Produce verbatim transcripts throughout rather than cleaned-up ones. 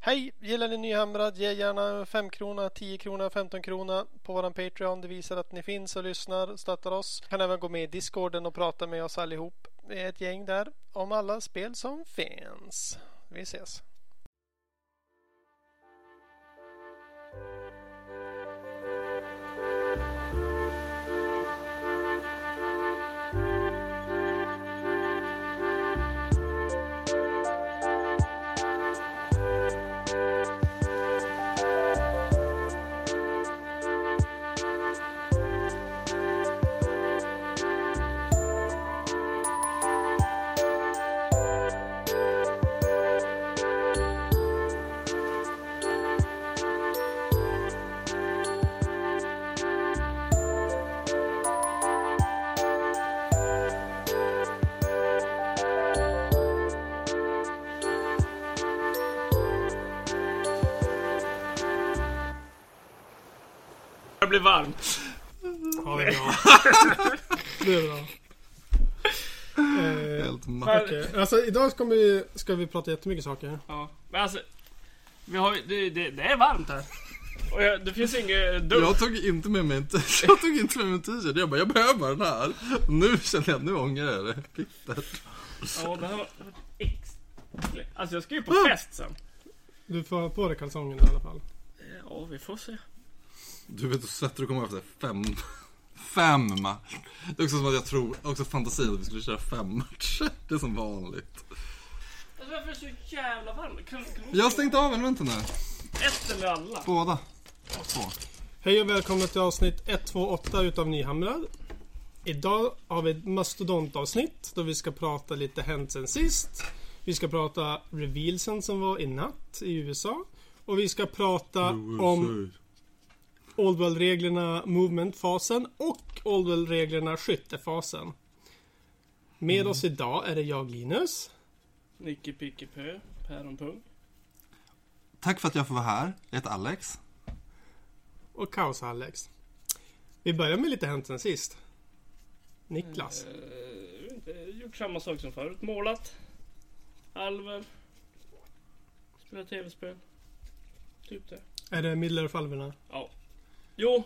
Hej, gillar ni Nyhamrad? Ge gärna fem kronor, tio kronor, femton kronor på våran Patreon. Det visar att ni finns och lyssnar och stöttar oss. Kan även gå med i Discorden och prata med oss allihop. Vi är ett gäng där om alla spel som finns. Vi ses. Det blir varmt. Ja, det är bra. Det är bra. Eh, Helt mack. okay. Alltså idag ska vi, ska vi prata jättemycket saker. Ja, men alltså vi har, det, det, det är varmt här. Och jag, det finns inget dumt. Jag tog inte med mig en t-shirt. Jag tog inte med mig en t-shirt. Jag bara, jag behöver den här. Nu känner jag, nu ångrar jag det. Bittert. Ja, det här var ex. Alltså jag ska ju på fest sen. Du får ha på dig kalsongerna i alla fall. Ja, vi får se. Du vet, du sätter och kommer efter fem Fem matcher. Det är också som att jag tror, också fantasin att vi skulle köra fem matcher. Det är som vanligt. Alltså varför är det så jävla varmt? Kan, kan Jag har stängt av en, vänta nu. Ett eller alla? Båda. Två. Hej och välkomna till avsnitt etthundraåttioåtta utav Nyhamrad. Idag har vi ett mastodontavsnitt då vi ska prata lite hänt sen sist. Vi ska prata revealsen som var i natt i U S A. Och vi ska prata om Old World-reglerna movement-fasen och Old World-reglerna skyttefasen. Med mm. oss idag är det jag, Linus. Nicky Picky Pö, Päronpung. Tack för att jag får vara här. Jag heter Alex. Och Kaos Alex. Vi börjar med lite hänt sen sist. Niklas. Uh, inte gjort samma sak som förut. Målat. Alver. Spelat tv-spel. Typ det. Är det Middle-Earth-alverna? Ja. Jo.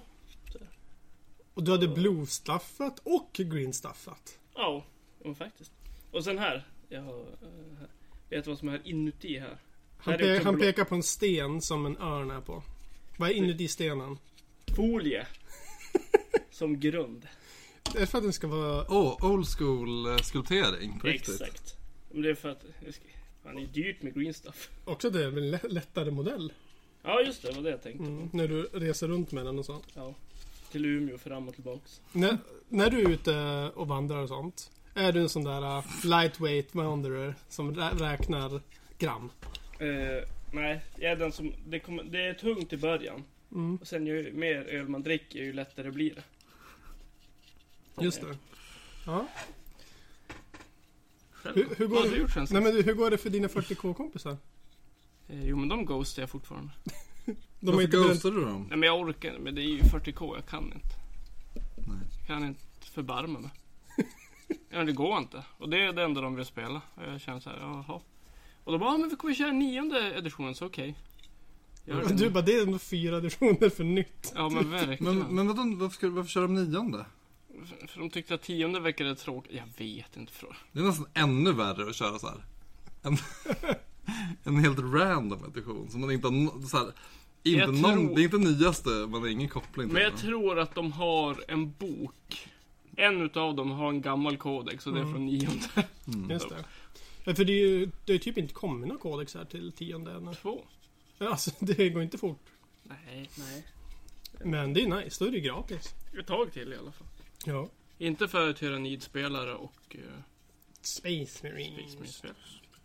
Och du hade blue-staffat och green-staffat. Ja, men faktiskt. Och sen här. Jag har, uh, vet vad som är inuti här. Han, här pe- han pekar på en sten som en örn är på. Vad är inuti stenen? Folie. Som grund. Det är för att den ska vara... Åh, oh, old school skulptering. På riktigt. Exakt. Men det är för att man är dyrt med green stuff. Också det är en lätt- lättare modell. Ja, just det, det var det jag tänkte. Mm, när du reser runt med den och sånt. Ja, till Umeå fram och tillbaks. När, när du är ute och vandrar och sånt, är du en sån där uh, lightweight wanderer som rä- räknar gram? Uh, nej, jag är den som... Det, kommer, det är tungt i början. Mm. Och sen ju mer öl man dricker, ju lättare blir det. Just det. Ja. Själv, Hur, hur, går vad har det, du gjort sen nej, men hur går det för dina fyrtio k-kompisar? Eh, jo, men de ghostar jag fortfarande. De Varför har inte beredd... ghostar du dem? Nej, men jag orkar inte. Men det är ju fyrtio k, jag kan inte. Nej. Jag kan inte förbarma mig. Ja, det går inte. Och det är det enda de vill spela. Och jag känner så här, jaha. Och då bara, ja, men vi kommer köra nionde editionen, så okej. Okay. Du bara, det är ändå fyra editioner för nytt. Ja, men verkligen. Men, men vadå, varför, ska, varför kör de nionde? För, för de tyckte att tionde verkade tråkigt. Jag vet inte för. Det är nästan ännu värre att köra så här. En, en helt random edition som man inte har så här, inte någon, tror... det är inte nyaste, man har ingen koppling till. Men jag tror att de har en bok. En utav dem har en gammal kodex och det är Mm. från nionde. Mm. Just det. Ja, för det är ju det är typ inte kommit några kodex här till tionde ännu. Två. Alltså, det går inte fort. Nej, nej. Men det är nice, då är det gratis. Ett tag till i alla fall. Ja. Inte för tyrannidspelare och uh, Space Marines. Space Marine-spelare.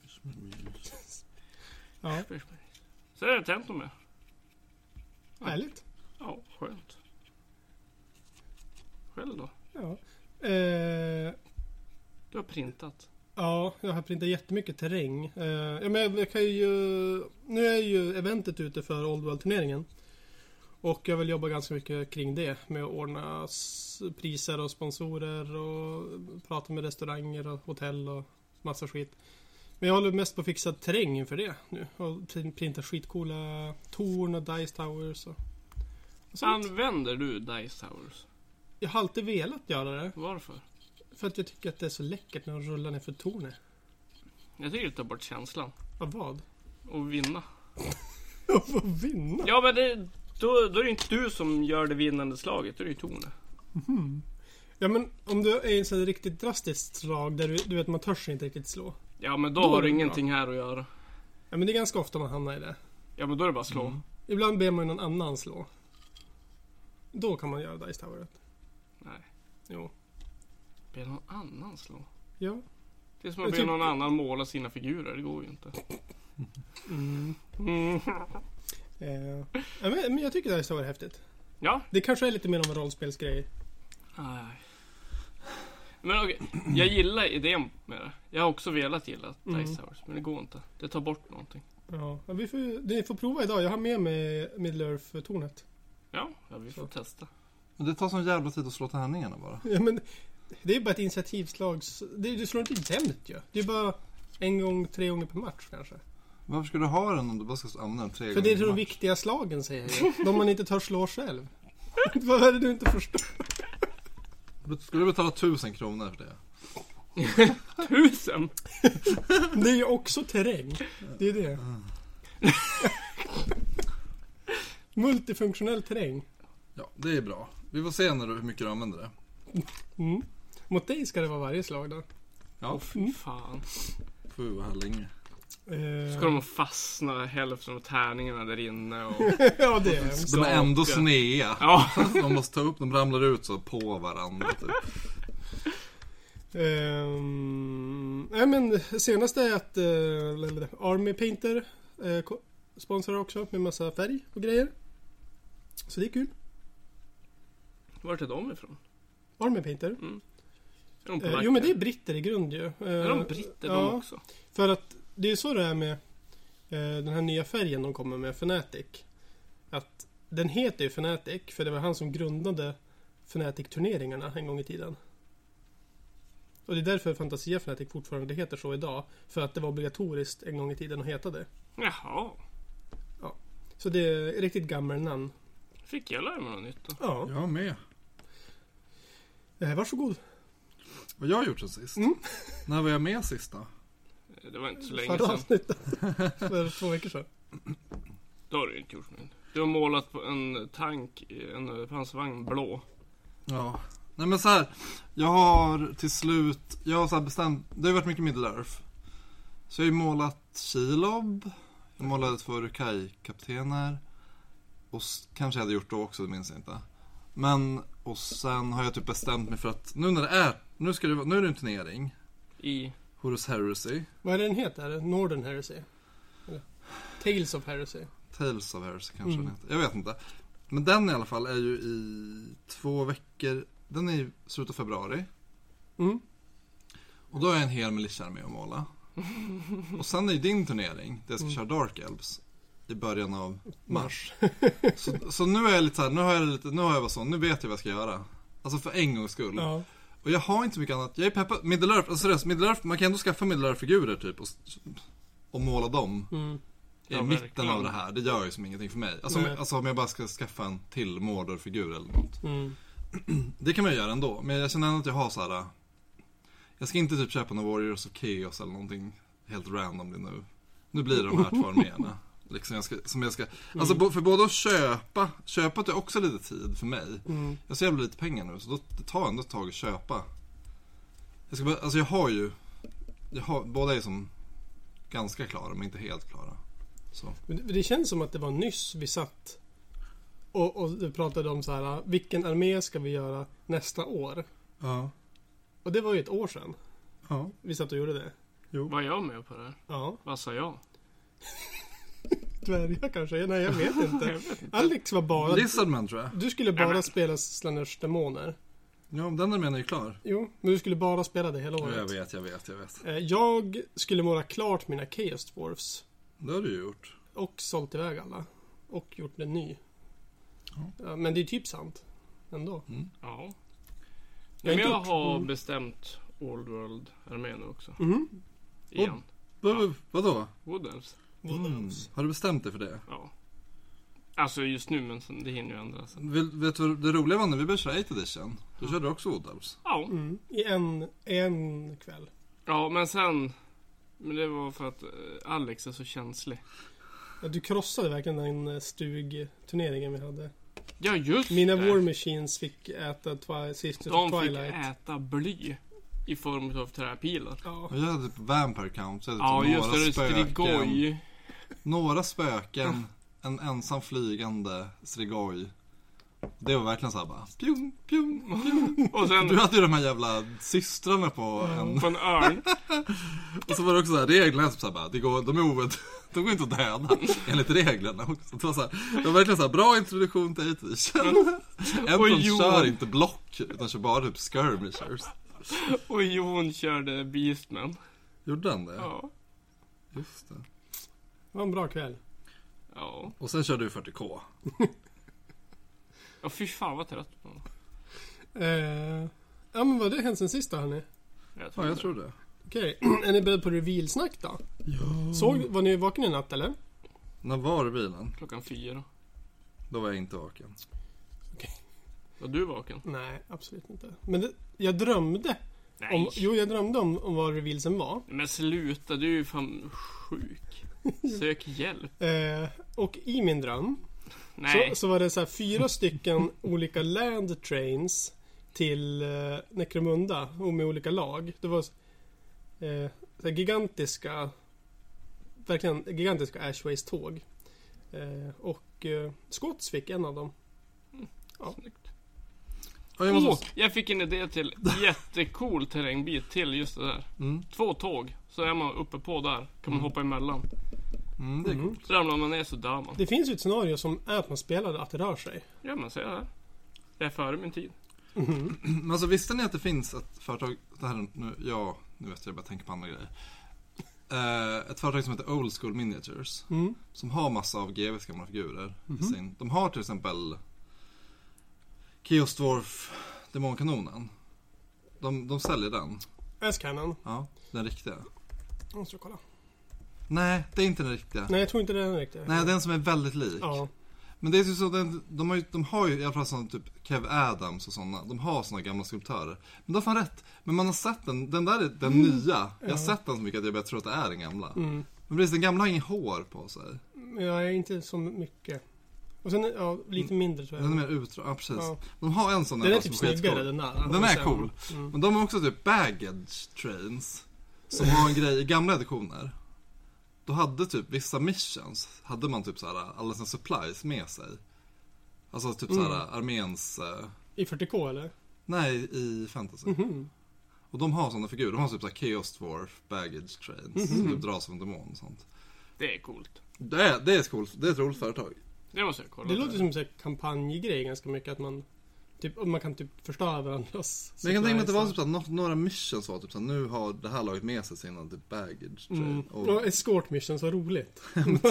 Ja, Så är det tänt med. härligt. Ja, skönt. Själv då? Ja. Eh, Du har printat. ja, jag har printat jättemycket terräng. Eh, ja, men jag kan ju... Nu är ju eventet ute för Old World-turneringen. Och jag vill jobba ganska mycket kring det. Med att ordna s- priser och sponsorer och prata med restauranger och hotell och massa skit. Men jag håller mest på att fixa terräng inför det nu. Och printa skitcoola torn och dice towers och, och sånt. Använder du Dice Towers? Jag har alltid velat göra det. Varför? För att jag tycker att det är så läckert när de rullar ner för tornet. Jag tycker det tar bort känslan. Av vad? Och vinna. Att få vinna? Ja, men det, då, då är det inte du som gör det vinnande slaget. Då är det ju tornet. Mm. Ja, men om du är i en sån riktigt drastiskt slag där du, du vet man törs inte riktigt slå. Ja, men då, Då är har det du bra. ingenting här att göra. Ja, men det är ganska ofta man hamnar i det. Ja, men då är det bara att slå. Mm. Ibland ber man ju någon annan slå. Då kan man göra dice toweret. Nej. Jo. Be någon annan slå. Ja. Det är som Jag att be tyck- någon annan måla sina figurer. Det går ju inte. Mm. Mm. Eh. Ja, men, men jag tycker dice tower är häftigt. Ja. Det kanske är lite mer om en rollspelsgrej. Nej. Men okej, jag gillar idén med det. Jag har också velat gilla Mm. Dice Towers, men det går inte. Det tar bort någonting. Ja, ja, vi får, ni får prova idag. Jag har med mig Middle-earth-tornet. Ja, ja vi får Så. testa. Men det tar sån jävla tid att slå tärningarna bara. Ja, men det är bara ett initiativslag. Det, du slår inte jämnt ju. Det är bara en gång, tre gånger per match kanske. Varför ska du ha den om du bara ska använda den tre För gånger det är per de match? viktiga slagen, säger jag ju. De man inte tar slå själv. Vad är det du inte förstår? Skulle du betala tusen kronor för det? Tusen! Det är ju också terräng. Det är det. Multifunktionell terräng. Ja, det är bra. Vi får se när du, hur mycket du använder det. Mm. Mot dig ska det vara varje slag då. Ja, Åh fy fan. får vi vara här länge. Eh, Ska de fastna hälften av tärningarna där inne och... ja, det är hemskt. De är ändå Saker. snea. Ja. De måste ta upp, de ramlar ut så på varandra typ. Um, nej, men senaste är att uh, Army Painter uh, ko- sponsrar också med massa färg och grejer. Så det är kul. Vart är de ifrån? Army Painter. Mm. Är de Uh, polacker? jo, men det är britter i grund ju. Uh, Är de britter ja, de också? För att det är så det är med uh, den här nya färgen de kommer med, Fnatic. Att den heter ju Fnatic för det var han som grundade Fnatic-turneringarna en gång i tiden. Och det är därför Fantasia Fnatic fortfarande heter så idag. För att det var obligatoriskt en gång i tiden att heta det. Jaha. Så det är riktigt gammal namn. Fick jag lära mig något nytt då? Ja, Jag med. eh, varsågod. Vad jag har gjort sen sist? Mm. När var jag med sist då? Det var inte så länge Förra sedan. avsnittet. För två veckor sedan. Då har du inte gjort något. Du har målat på en tank, en pansarvagn blå. Ja. Nej men så här, jag har till slut, jag har så här bestämt, det har varit mycket Middle-earth. Så jag har ju målat Shelob, jag målade två Rukai-kaptener. Och s- kanske jag hade gjort då också, det minns jag inte. Men, och sen har jag typ bestämt mig för att nu när det är, nu ska det vara, nu är det en turnering. I... Horus Heresy, Vad är det den heter? Northern Heresy? Eller? Tales of Heresy. Tales of Heresy kanske Mm. den heter. Jag vet inte. Men den i alla fall är ju i två veckor, den är i slutet av februari. Mm. Och då är jag en hel militia med att måla. Och sen är ju din turnering, där jag ska Mm. köra Dark Elves i början av mars. Mars. Så, så nu är jag lite så här, nu har jag lite, nu har jag varit så, nu vet jag vad jag ska göra. Alltså för en gångs skull. Ja. Och jag har inte så mycket annat. Jag är peppad, Middle-earth, alltså seriöst, Middle-earth, man kan ändå skaffa Middle-earth-figurer typ och, och måla dem Mm. i Ja, mitten verkligen. av det här. Det gör ju som ingenting för mig. Alltså, om, Nej. alltså om jag bara ska skaffa en till Mordor-figur eller något. Mm. Det kan man ju göra ändå, men jag känner ändå att jag har så här. Jag ska inte typ köpa några Warriors of Chaos eller någonting helt random nu. Nu blir det de här två arméerna. Liksom jag ska, som jag ska, alltså bo- för både att köpa, köpa det är också lite tid för mig. Mm. Jag ser jävla lite pengar nu, så då det tar ändå ett tag att köpa. Jag ska bara, alltså jag har ju, jag har, båda är som ganska klara, men inte helt klara. Så. Men Det, det känns som att det var nyss vi satt och, och du pratade om så här, vilken armé ska vi göra nästa år? Ja. Och det var ju ett år sedan Ja. vi satt och gjorde det. Var jag med på det här? Ja, Vad sa jag? dvärgar kanske? Nej, jag vet Jag inte. vet inte. Alex var bara... Lizardman tror jag. Du skulle Ja, bara men- spela Slanners demoner. Ja, den armén är ju klar. Jo, men du skulle bara spela det hela Ja, jag året. vet, jag vet, jag vet. Eh, Jag skulle måla klart mina Chaos Dwarfs. Det har du ju gjort. Och sålt iväg alla. Och gjort en ny. Ja, men det är typ sant. Ändå. Ja. Jag har Men inte jag gjort- har mm. bestämt Old World-armén nu också. Mhm. Igen. Vad, vadå? Wood Elves. Mm. Har du bestämt dig för det? Ja. Alltså just nu, men sen, det hinner ju ändras. Vill, vet du det roliga var när vi började köra åttonde edition? Då körde du också Wood Elves. Ja. Mm. I en, en kväll. Ja, men sen... Men det var för att eh, Alex är så känslig. Ja, du krossade verkligen den eh, stugturneringen vi hade. Ja, just Mina det. War Machines fick äta twi- Sisters De of fick Twilight. äta bly i form av träpilar. Ja. Och jag hade typ Vampire Count. Så jag Ja, hade typ just det. Det är spöken. strigoj. Några spöken. En ensam flygande strigoj. Det var verkligen såhär bara pjum, pjum, pjum. Och sen Du hade ju de här jävla systrarna på en. på en örn. Och så var det också såhär, reglerna så här bara, det går, de är oved, de går inte att döda enligt reglerna också. Det var så här, det var verkligen så här, bra introduktion till åttonde edition. Emperor Jon. kör inte block, utan kör bara typ skirmishers. Och Jon körde Beastman. Gjorde han det? Ja. Just det. Det var en bra kväll. Ja. Och sen körde du fyrtio K. Ja, fy fan vad trött på honom. Eh, ja, men vad har det hänt sen sist då, hörni? Jag tror Ja, jag det. tror det. Okej, är ni beredda på reveal-snack då? Ja. Såg, var ni vaken i natt eller? När var det bilen? Klockan fyra. Då var jag inte vaken. Var du vaken? Nej, absolut inte. Men det, jag drömde Nej. om, jo jag drömde om, om vad revealsen var. Men sluta, du är ju fan sjuk. Sök hjälp. Eh, och i min dröm Nej. så, så var det så här fyra stycken olika land trains till eh, Necromunda och med olika lag. Det var eh, så här gigantiska, verkligen gigantiska Ashways tåg. Eh, och eh, Scots fick en av dem. Ja. Snyggt. Ja, jag Åh, måste... jag fick en idé till jättecool terrängbit till just det där. mm. Två tåg, så är man uppe på där. Kan man hoppa emellan. Mm, det är Mm. coolt. Så ramlar man ner så dör man. Det finns ju ett scenario som är att man spelar att det rör sig. Ja, man säger det här. Det är före min tid. Mhm. Men alltså visste ni att det finns ett företag, det här nu, ja, nu vet jag bara tänker på andra grejer. Eh, ett företag som heter Old School Miniatures. Mm. Som har massa av G V:s gamla figurer i Mhm. sin. De har till exempel Chaos Dwarf demonkanonen. De, de säljer den. S-Cannon. Ja, den riktiga. Jag måste kolla. Nej, det är inte den riktiga. Nej, Nej, jag tror inte det är den riktiga. den som är väldigt lik. Ja. Men det är ju så, den, de, har ju, de har ju i alla fall sån typ Kev Adams och sådana. De har såna gamla skulptörer. Men de har fan rätt. Men man har sett den, den där är den nya. Jag har Ja. sett den så mycket att jag börjar tro att det är den gamla. Mm. Men precis, den gamla har ingen hår på sig. Men jag är inte så mycket. Och sen, ja, lite mindre tror jag. Den är mer utdrag, ja precis. Ja. De har en sån Den är där typ som skitcool. snyggare den där. Den är Och sen- cool. Mm. Men de har också typ baggage trains. Som har en grej i gamla editioner. Då hade typ vissa missions, hade man typ såhär alla sina supplies med sig. Alltså typ Mm. såhär arméns, eh, I fyrtio K eller? nej i fantasy. Mhm. Och de har sådana figurer, de har typ såhär Chaos Dwarf baggage trains. Mhm. Som typ dras som en demon och sånt. Det är coolt. Det är, det är ett coolt, det är ett roligt företag. Det måste jag kolla. Det på. låter som en sån här kampanjgrej ganska mycket. Att man, typ, man kan typ förstöra varandras. Men jag kan tänka mig att det var supplies. typ såhär, nå- några missions var typ såhär, nu har det här laget med sig sina typ baggage train. Mm. Och, Och escort mission, så roligt.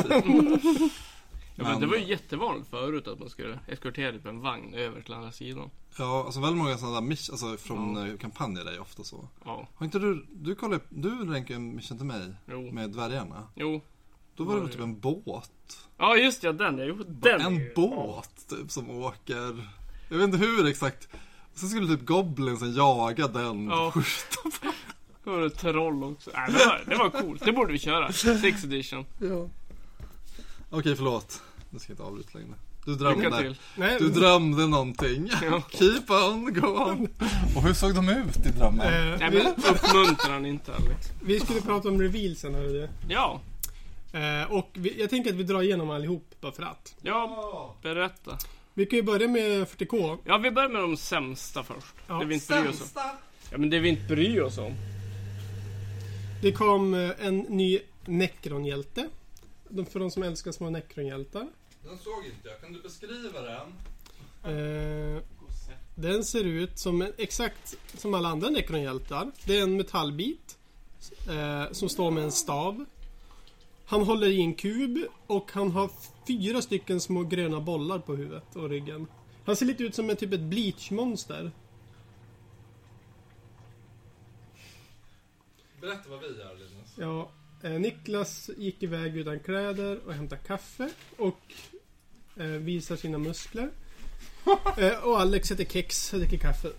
Ja, men det var ju jättevanligt förut att man skulle eskortera på en vagn över till andra sidan. ja, alltså väldigt många sådana där mission, alltså från Ja. eh, kampanjer är ju ofta så. Ja, Har inte du, du kollade, du länkade en mission till mig jo. med dvärgarna. Jo. Då var det Ja, väl typ ja. en båt. Ja, just ja, den. Jag gjorde den. En båt typ som åker. Jag vet inte hur exakt. Sen skulle typ goblinsen jaga den. Ja. Skjuta på. Då var det troll också. Nej, det var, det var coolt. Det borde vi köra. Six edition. Ja. Okej, förlåt. Nu ska jag inte avbryta längre. Du drömde. Lycka till. Nej, Du drömde någonting. Ja. Keep on, go on. Och hur såg de ut i drömmen? eh, Nej, vi, men uppmuntrar han inte, Alex. vi skulle prata om reveal sen, hörru du. Ja. Eh, och vi, jag tänker att vi drar igenom allihop bara för att. Ja, berätta. Vi kan ju börja med fyrtio K. Ja, vi börjar med de sämsta först. Ja, det vi inte bryr oss om. Ja, men det vi inte bryr oss om. Det kom eh, en ny Necron-hjälte. De, för de som älskar små Necron-hjältar. Den såg inte jag. Kan du beskriva den? Eh, den ser ut som en, exakt som alla andra Necron-hjältar. Det är en metallbit eh, som står med en stav. Han håller i en kub och han har fyra stycken små gröna bollar på huvudet och ryggen. Han ser lite ut som en typ ett bleach-monster. Berätta vad vi gör, Linus. Ja, Eh, Niklas gick iväg utan kläder och hämtade kaffe och eh, visar sina muskler. Eh, och Alex äter kex och dricker kaffe.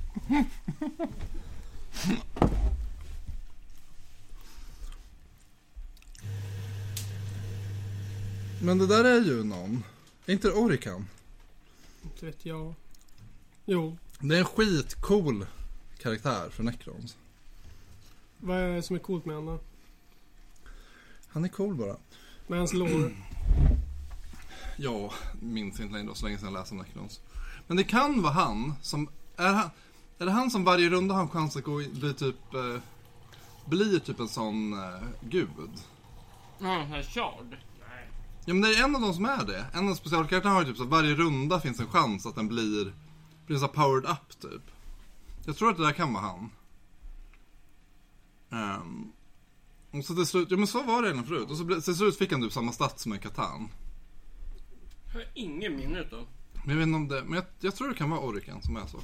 Men det där är ju någon. Är inte det Orikan? Inte vet jag. Jo. Det är en skitcool karaktär för Necrons. Vad är det som är coolt med honom? Han är cool bara. Med hans lore. Ja, minns inte längre då, så länge sedan jag läste om Necrons. Men det kan vara han som... Är, han, är det han som varje runda har en chans att gå in, bli typ... Eh, blir typ en sån eh, gud? Ja, här Shard. Ja, men det är en av de som är det. En av specialkaraktärerna har ju typ så att varje runda finns en chans att den blir... Blir så powered up typ. Jag tror att det där kan vara han. Um, och så till slut... Ja, men så var det redan förut. Och så ble, till slut fick han typ samma stats som en Catan. Jag har ingen minne då. Men jag vet inte om det... Men jag, jag tror det kan vara Orikan som är så.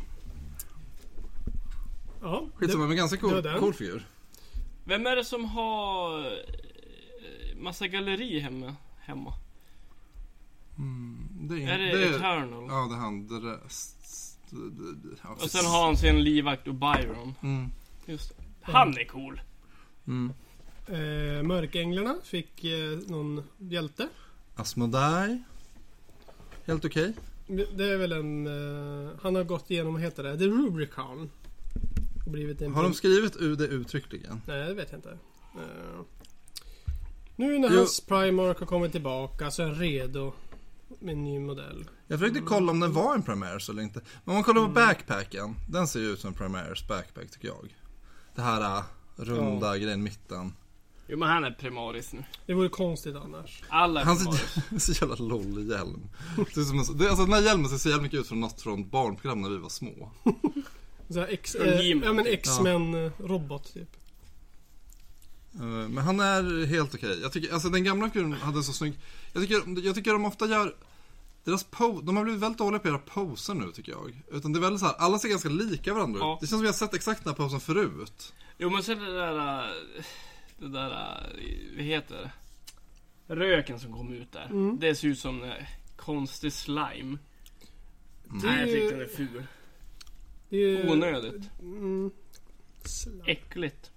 Ja. Skitsamma, men ganska cool, det var den. cool figur. Vem är det som har eh, massa galleri hemma? hemma? Mm, det är, Är det, det är, Eternal? Ja, det är han. Det är, ja, Och sen har han sin livvakt och Byron. Mm. Just det. Han är cool. Mm. Eh, Mörkänglarna fick eh, någon hjälte. Asmodai. Helt okej. Det är väl en... Eh, han har gått igenom, vad heter det? The Rubicon. Och blivit en Har de skrivit U det uttryckligen? Nej, det vet jag inte. Uh, nu när Jo. hans Primark har kommit tillbaka så är han redo med en ny modell. Jag försökte kolla om den var en Primaris eller inte. Men om man kollar på backpacken, den ser ju ut som en Primaris backpack tycker jag. Det här uh, runda Ja. grejen i mitten. Jo, men han är primaris nu. Det vore konstigt annars. Alla är Han primaris. ser så jävla loll-hjälm. Det är som en, det, alltså den här hjälmen ser så jävla mycket ut från något från barnprogram när vi var små. Så här X, Från eh, He-Man. ja, men X-Men eh, robot typ. Uh, Men han är helt okej. Jag tycker, alltså den gamla kuren hade så snygg. Jag tycker, jag tycker de ofta gör deras po- de har blivit väldigt dåliga på att göra poser nu tycker jag. Utan det är väldigt så här, alla ser ganska lika varandra Ja. ut. Det känns som vi har sett exakt den här posen förut. Jo, men sen det där... äh, Det där... äh, Vad heter det? Röken som kom ut där. Mm. Det ser ut som äh, konstig slime. Mm. Nej, jag Det är ju- tyckte den är ful. Det är ju- Onödigt. Mm, sla- Äckligt.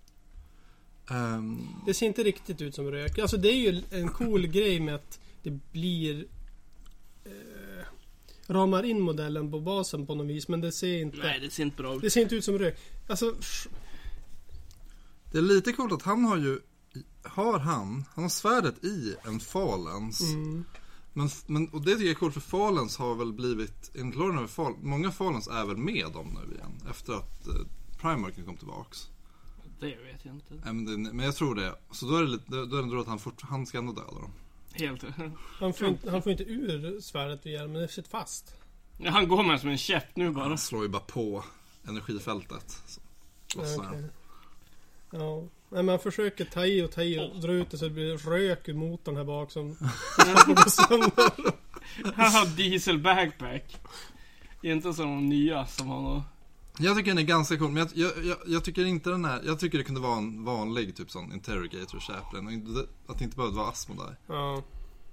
Um, det ser inte riktigt ut som rök. Alltså det är ju en cool grej med att det blir... Eh, ramar in modellen på basen på något vis. Men det ser inte... Nej, det ser inte bra ut. Det ser inte ut som rök. Alltså... sh- det är lite coolt att han har ju har han, han har svärdet i en Falens. Mm. Men, men, och det tycker jag är coolt för Falens har väl blivit, enligt Lorien av Fall, många Falens är väl med dem nu igen. Efter att eh, Primarken kom tillbaks. Det vet jag inte. Nej, men, det, men jag tror det. Så då är det, lite, då är det ändå att han, fort, han ska ändå döda dem. Helt. Han får, inte, han får inte ur svärdet vi gör, men det sitter fast. Ja, han går med som en käpp nu bara. Han slår ju bara på energifältet. Så. Och så, Ja, okej. Ja. Nej, man försöker ta i och ta i och dra ut det så det blir rök ur motorn här bak som som går sönder. Han har diesel backpack. Inte som de nya som han har. Jag tycker den är ganska cool, men jag, jag, jag, jag tycker inte den är, jag tycker det kunde vara en vanlig typ sån Interrogator Chaplain och inte, att det inte behövde vara Asmodai. Ja.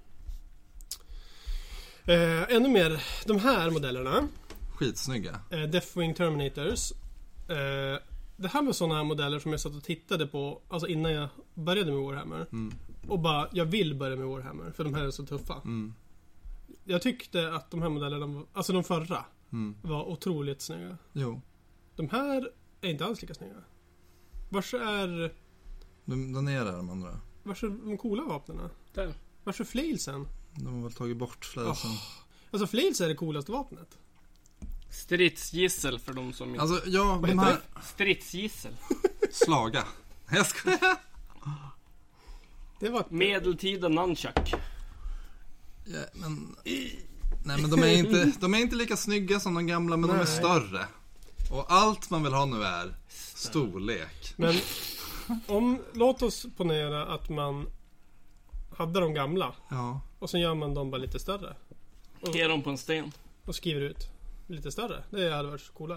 Eh, ännu mer, de här modellerna, Skitsnygga. eh, Deathwing Terminators. Eh, det här var sådana här modeller som jag satt och tittade på, alltså innan jag började med Warhammer. Mm. Och bara, jag vill börja med Warhammer, för de här är så tuffa. Mm. Jag tyckte att de här modellerna, var- alltså de förra, Mm. var otroligt snygga. Jo. De här är inte alls lika snygga. Vars är, De, den är där de andra. vars är de coola vapnena? Där. Vars är flailsen? De har väl tagit bort fläsen. Alltså flails är det coolaste vapnet. Stridsgissel för de som inte... Alltså, ja, de heter här... Stridsgissel. Slaga. Jag skojar. Det var... Medeltida nunchuck. Ja, men... Nej, men de är, inte, de är inte lika snygga som de gamla, men de är Nej. större. Och allt man vill ha nu är storlek. Men om, låt oss ponera att man hade de gamla Ja. och sen gör man dem bara lite större. Ge dem på en sten. Och skriver ut lite större. Det hade varit coolare.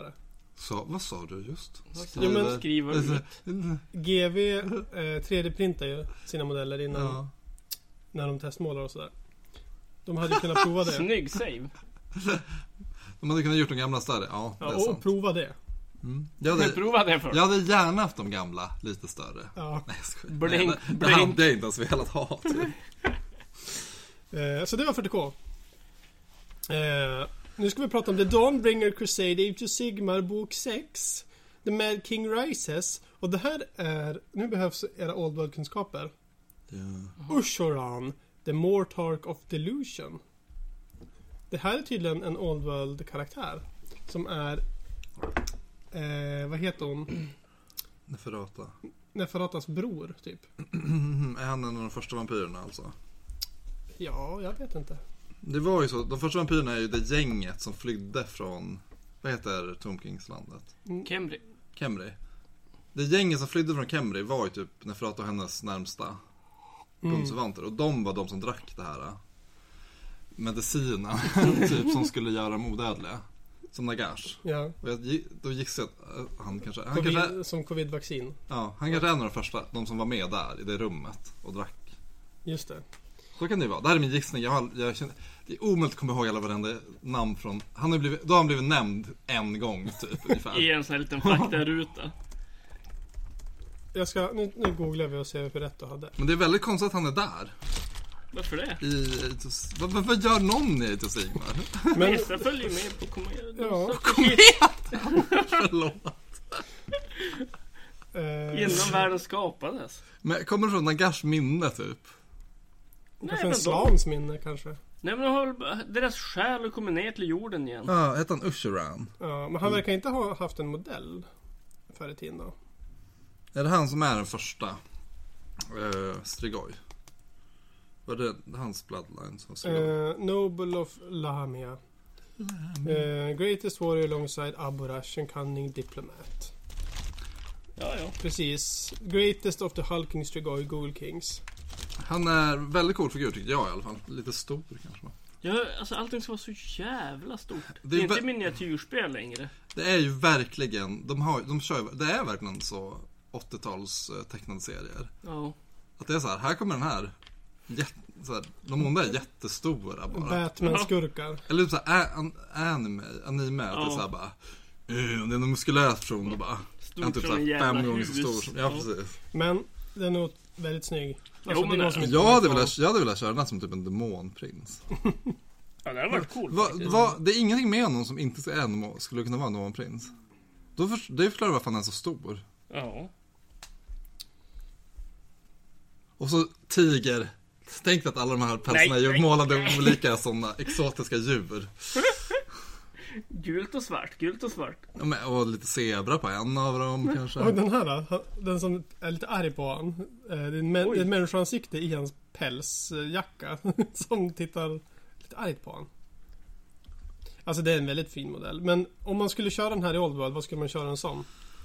Så, vad sa du just? Ja, men- Skriver ut. G V eh, tre D-printar ju sina modeller innan Ja. när de testmålar och sådär. De hade ju kunnat prova det. Snygg save. De hade kunnat gjort de gamla större. Ja, det Ja, är och sant. prova det. Mm. Jag, Jag hade, provade det först. jag hade gärna haft de gamla lite större. Ja. Nej, jag skojar. Blink, Nej, det, det blink. hade jag inte ens velat ha. Typ. Eh, så det var fyrtio K. Eh, nu ska vi prata om The Dawnbringer Crusade Age of Sigmar bok sex. The Mad King Rises. Och det här är... Nu behövs era Old World-kunskaper. Ja. Ushoran, The Mortarch of Delusion. Det här är tydligen en Old World-karaktär. Som är... Eh, vad heter hon? Neferata. Neferatas bror, typ. Är han en av de första vampyrerna alltså? Ja, jag vet inte. Det var ju så, de första vampyrerna är ju det gänget som flydde från, vad heter Tomb Kings-landet? Kemri. Kemri. Det gänget som flydde från Kemri var ju typ Neferata och hennes närmsta bundsförvanter. Och de var de som drack det här medicinen typ som skulle göra dem odödliga. Som Nagash. Ja, Och jag, gi- då gissar jag att han kanske, han Covid, kanske, som covid-vaccin. ja, han kanske är en av de första, de som var med där i det rummet och drack. Just det. Så kan det ju vara. Det här är min gissning. Jag har, jag känner, det är omöjligt att komma ihåg alla varenda namn från... Han har blivit, då har han blivit nämnd en gång typ ungefär. I en sån här liten faktaruta. Jag ska, nu, nu googlar vi och ser hur rätt du hade. Men det är väldigt konstigt att han är där. Varför det? I, vad, vad, vad gör någon i Age of Sigmar? Men, Vissa följer med på komet. Ja. Förlåt. eh, Innan världen skapades. Men kommer det från Nagash minne typ? Nej kanske men, en de, slams minne kanske. nej, men de har, väl- deras själ har kommit ner till jorden igen. Ja, heter han Usheran? Ja, men han verkar inte ha haft en modell förr i tiden då. Är det han som är den första uh, Strigoi? Var det hans bloodline som Strigoi? Eh, Noble of Lahamia. Eh, greatest warrior alongside Aborash and cunning diplomat. Ja, ja. Precis. Greatest of the hulking Strigoi Ghoul Kings. Han är väldigt cool figur tycker jag i alla fall. Lite stor kanske. Ja, alltså allting ska vara så jävla stort. Det Det är, är inte vä- miniatyrspel längre. Det är ju verkligen, de har, de kör, det är verkligen så åttio-tals eh, tecknade serier. Ja. Att det är så här, här kommer den här, jätte, så här de onda är jättestora bara. Batman-skurkar. Eller typ så här, a- an, anime, anime, att det är Ja. så här bara, uh, det är en muskulös person och bara, Stort han typ så som en här, jävla fem gånger så hus. stor. som- Ja, precis. Men den är nog väldigt snygg. Alltså, Jo, det men går som det- inte Jag hade att- velat, jag hade velat köra den som typ en demonprins. Ja, det hade varit coolt Va, faktiskt. va, det är ingenting med honom som inte är en, skulle kunna vara en demonprins. Då för, det förklarar varför han är så stor. Ja. Och så tiger. Tänk att alla de här pälsarna Nej, är nej, målade nej. olika sådana exotiska djur. Gult och svart, gult och svart. Ja, men, och lite zebra på en av dem kanske. Och den här då? Han- Den som är lite arg på han. Eh, Det är en mä- Oj. det är ett människoansikte i hans pälsjacka. Som tittar lite argt på han. Alltså det är en väldigt fin modell. Men om man skulle köra den här i Old World, vad skulle man köra en sån?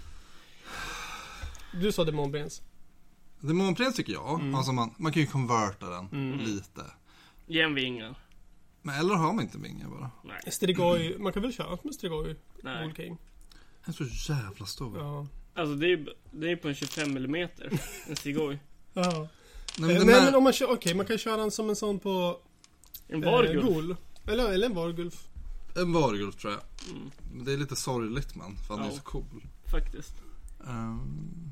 Du sa Demonprins. Demonprins tycker jag. Mm. Alltså man, man kan ju konverta den Mm. lite. Ge en vingar. Men eller har man inte vingar bara. Nej. Strigoi, man kan väl köra med Strigoi? Nej. Ghoul King. Den är så jävla stor. Ja. Alltså det är, det är på en tjugofem millimeter. En Strigoi. Ja. Nej, Eh, men Nej, den men är, om man kör, okej, man kan köra den som en sån på En eh, vargulf. Ghoul. Eller, eller en Vargulf. en vargulf tror jag. Mm, Men det är lite sorgligt man. För han är Ja. så cool. faktiskt. Um,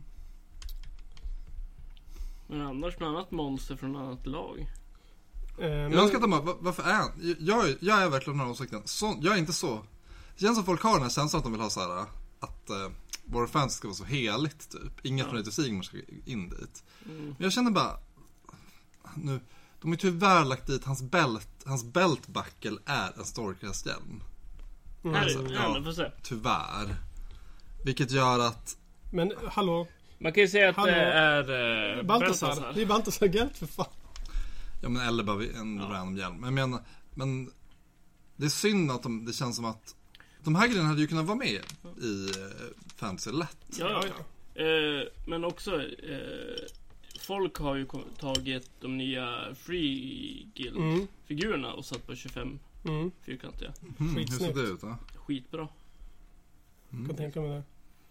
Men annars något annat monster från ett annat lag. Eh, men, jag önskar att de bara, va- varför är han? Jag, är- jag är verkligen den här åsikten. Så, jag är inte så. Det känns som folk har den här känslan att de vill ha så här att uh, Warhammer Fantasy ska vara så heligt typ. Inget Ja. från Age of Sigmar ska in dit. Mm. Men jag känner bara nu, de har ju tyvärr lagt dit hans bält, hans bältbackel är en Storycrest-hjälm. mm. Här Alltså, är, ja. ja, men får se. Tyvärr. Vilket gör att men hallå, Man kan ju säga att Hallå. det är eh, Baltasar. Det är Baltasar Gelt för fan. ja men eller bara en Ja. random hjälm. Men jag menar, men det är synd att de, det känns som att de här grejerna hade ju kunnat vara med i uh, Fantasy lätt. Ja, ja. Eh, men också eh, folk har ju ko- tagit de nya Free Guild-figurerna Mm. och satt på tjugofem Mm. fyrkantiga. Mm, hur ser Skitsnyggt. det ut då? Skitbra. Mm. Kan tänka mig det.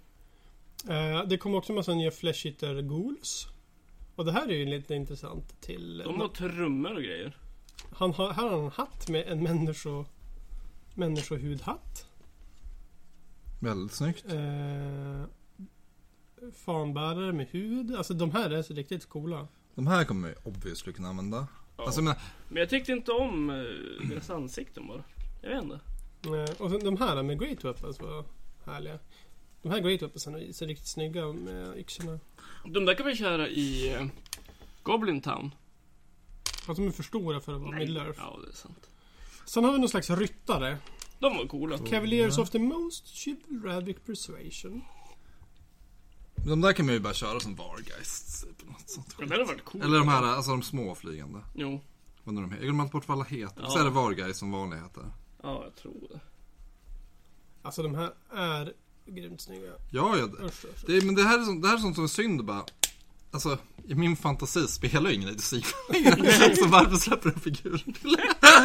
Uh, det kommer också en massa nya Flesh Eater Ghouls. Och det här är ju lite intressant till... De har trummor och grejer. Han har, här har han en hatt med en människo, människohudhatt. Väldigt snyggt. Uh, fanbärare med hud. Alltså de här är så riktigt coola. De här kommer vi obviously kunna använda. Ja. Alltså, men... men jag tyckte inte om uh, deras ansikten bara. Jag vet inte. Uh, och sen de här med Great Weapons var härliga. De här Great Weapons är riktigt snygga med yxorna. De där kan vi köra i uh, Goblin Town. Fast de är för stora för att vara Middle-earth. Ja, det är sant. Sen har vi någon slags ryttare. De var coola. Cavaliers of the Most Chivalric Persuasion. De där kan man ju bara köra som Vargeists. Något sånt. Ja, det hade varit coolt. Eller de här, alltså de små flygande. Jo. Vad är de här? Jag glömmer alltid bort vad alla heter. Ja. Så är det Vargeist som vanliga heter. Ja, jag tror det. Alltså de här är grymt snygga. Ja, ja. Usch, usch, usch. Det, är, men det här är, så, det här är sånt som är synd bara. Alltså, i min fantasi spelar ju ingen i Sigmar. Så varför släpper en figur till?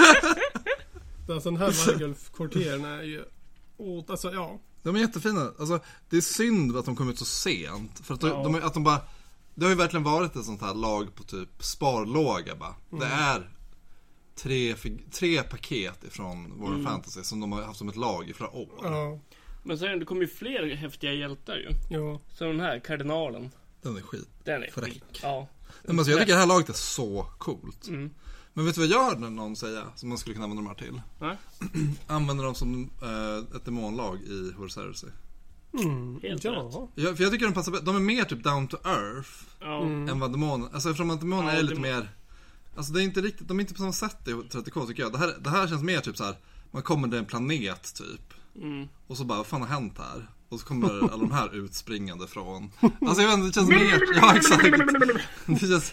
Alltså den här Vargulf-kvarteren är ju... Oh, alltså ja. De är jättefina. Alltså, det är synd att de kom ut så sent. För att, Ja. de, att de bara... Det har ju verkligen varit ett sånt här lag på typ sparlåga bara. Mm. Det är tre, fig- tre paket ifrån Warhammer Mm. Fantasy som de har haft som ett lag i flera år. Ja. Men sen det kommer ju fler häftiga hjältar ju. Jo. Så den här, kardinalen. Den är skit. Den är Fräck. skit. Ja. Nej, men alltså, jag tycker det här laget är så coolt. Mm. Men vet du vad jag hörde någon säga som man skulle kunna använda de här till? Nej. Använder dem som eh, ett demonlag i Horus Heresy. Mm. Helt ja. rätt. Jag, för jag tycker de passar bättre. De är mer typ down to earth Ja. Mm. än vad demoner. Alltså eftersom att demoner Ja, är lite demon- mer. Alltså det är inte riktigt. De är inte på samma sätt i trettio K tycker jag. Det här, det här känns mer typ så här. Man kommer till en planet typ. Mm. Och så bara, vad fan har hänt här? Och så kommer alla de här utspringande från. Alltså jag vet inte, det känns mer. Ja exakt. Det känns.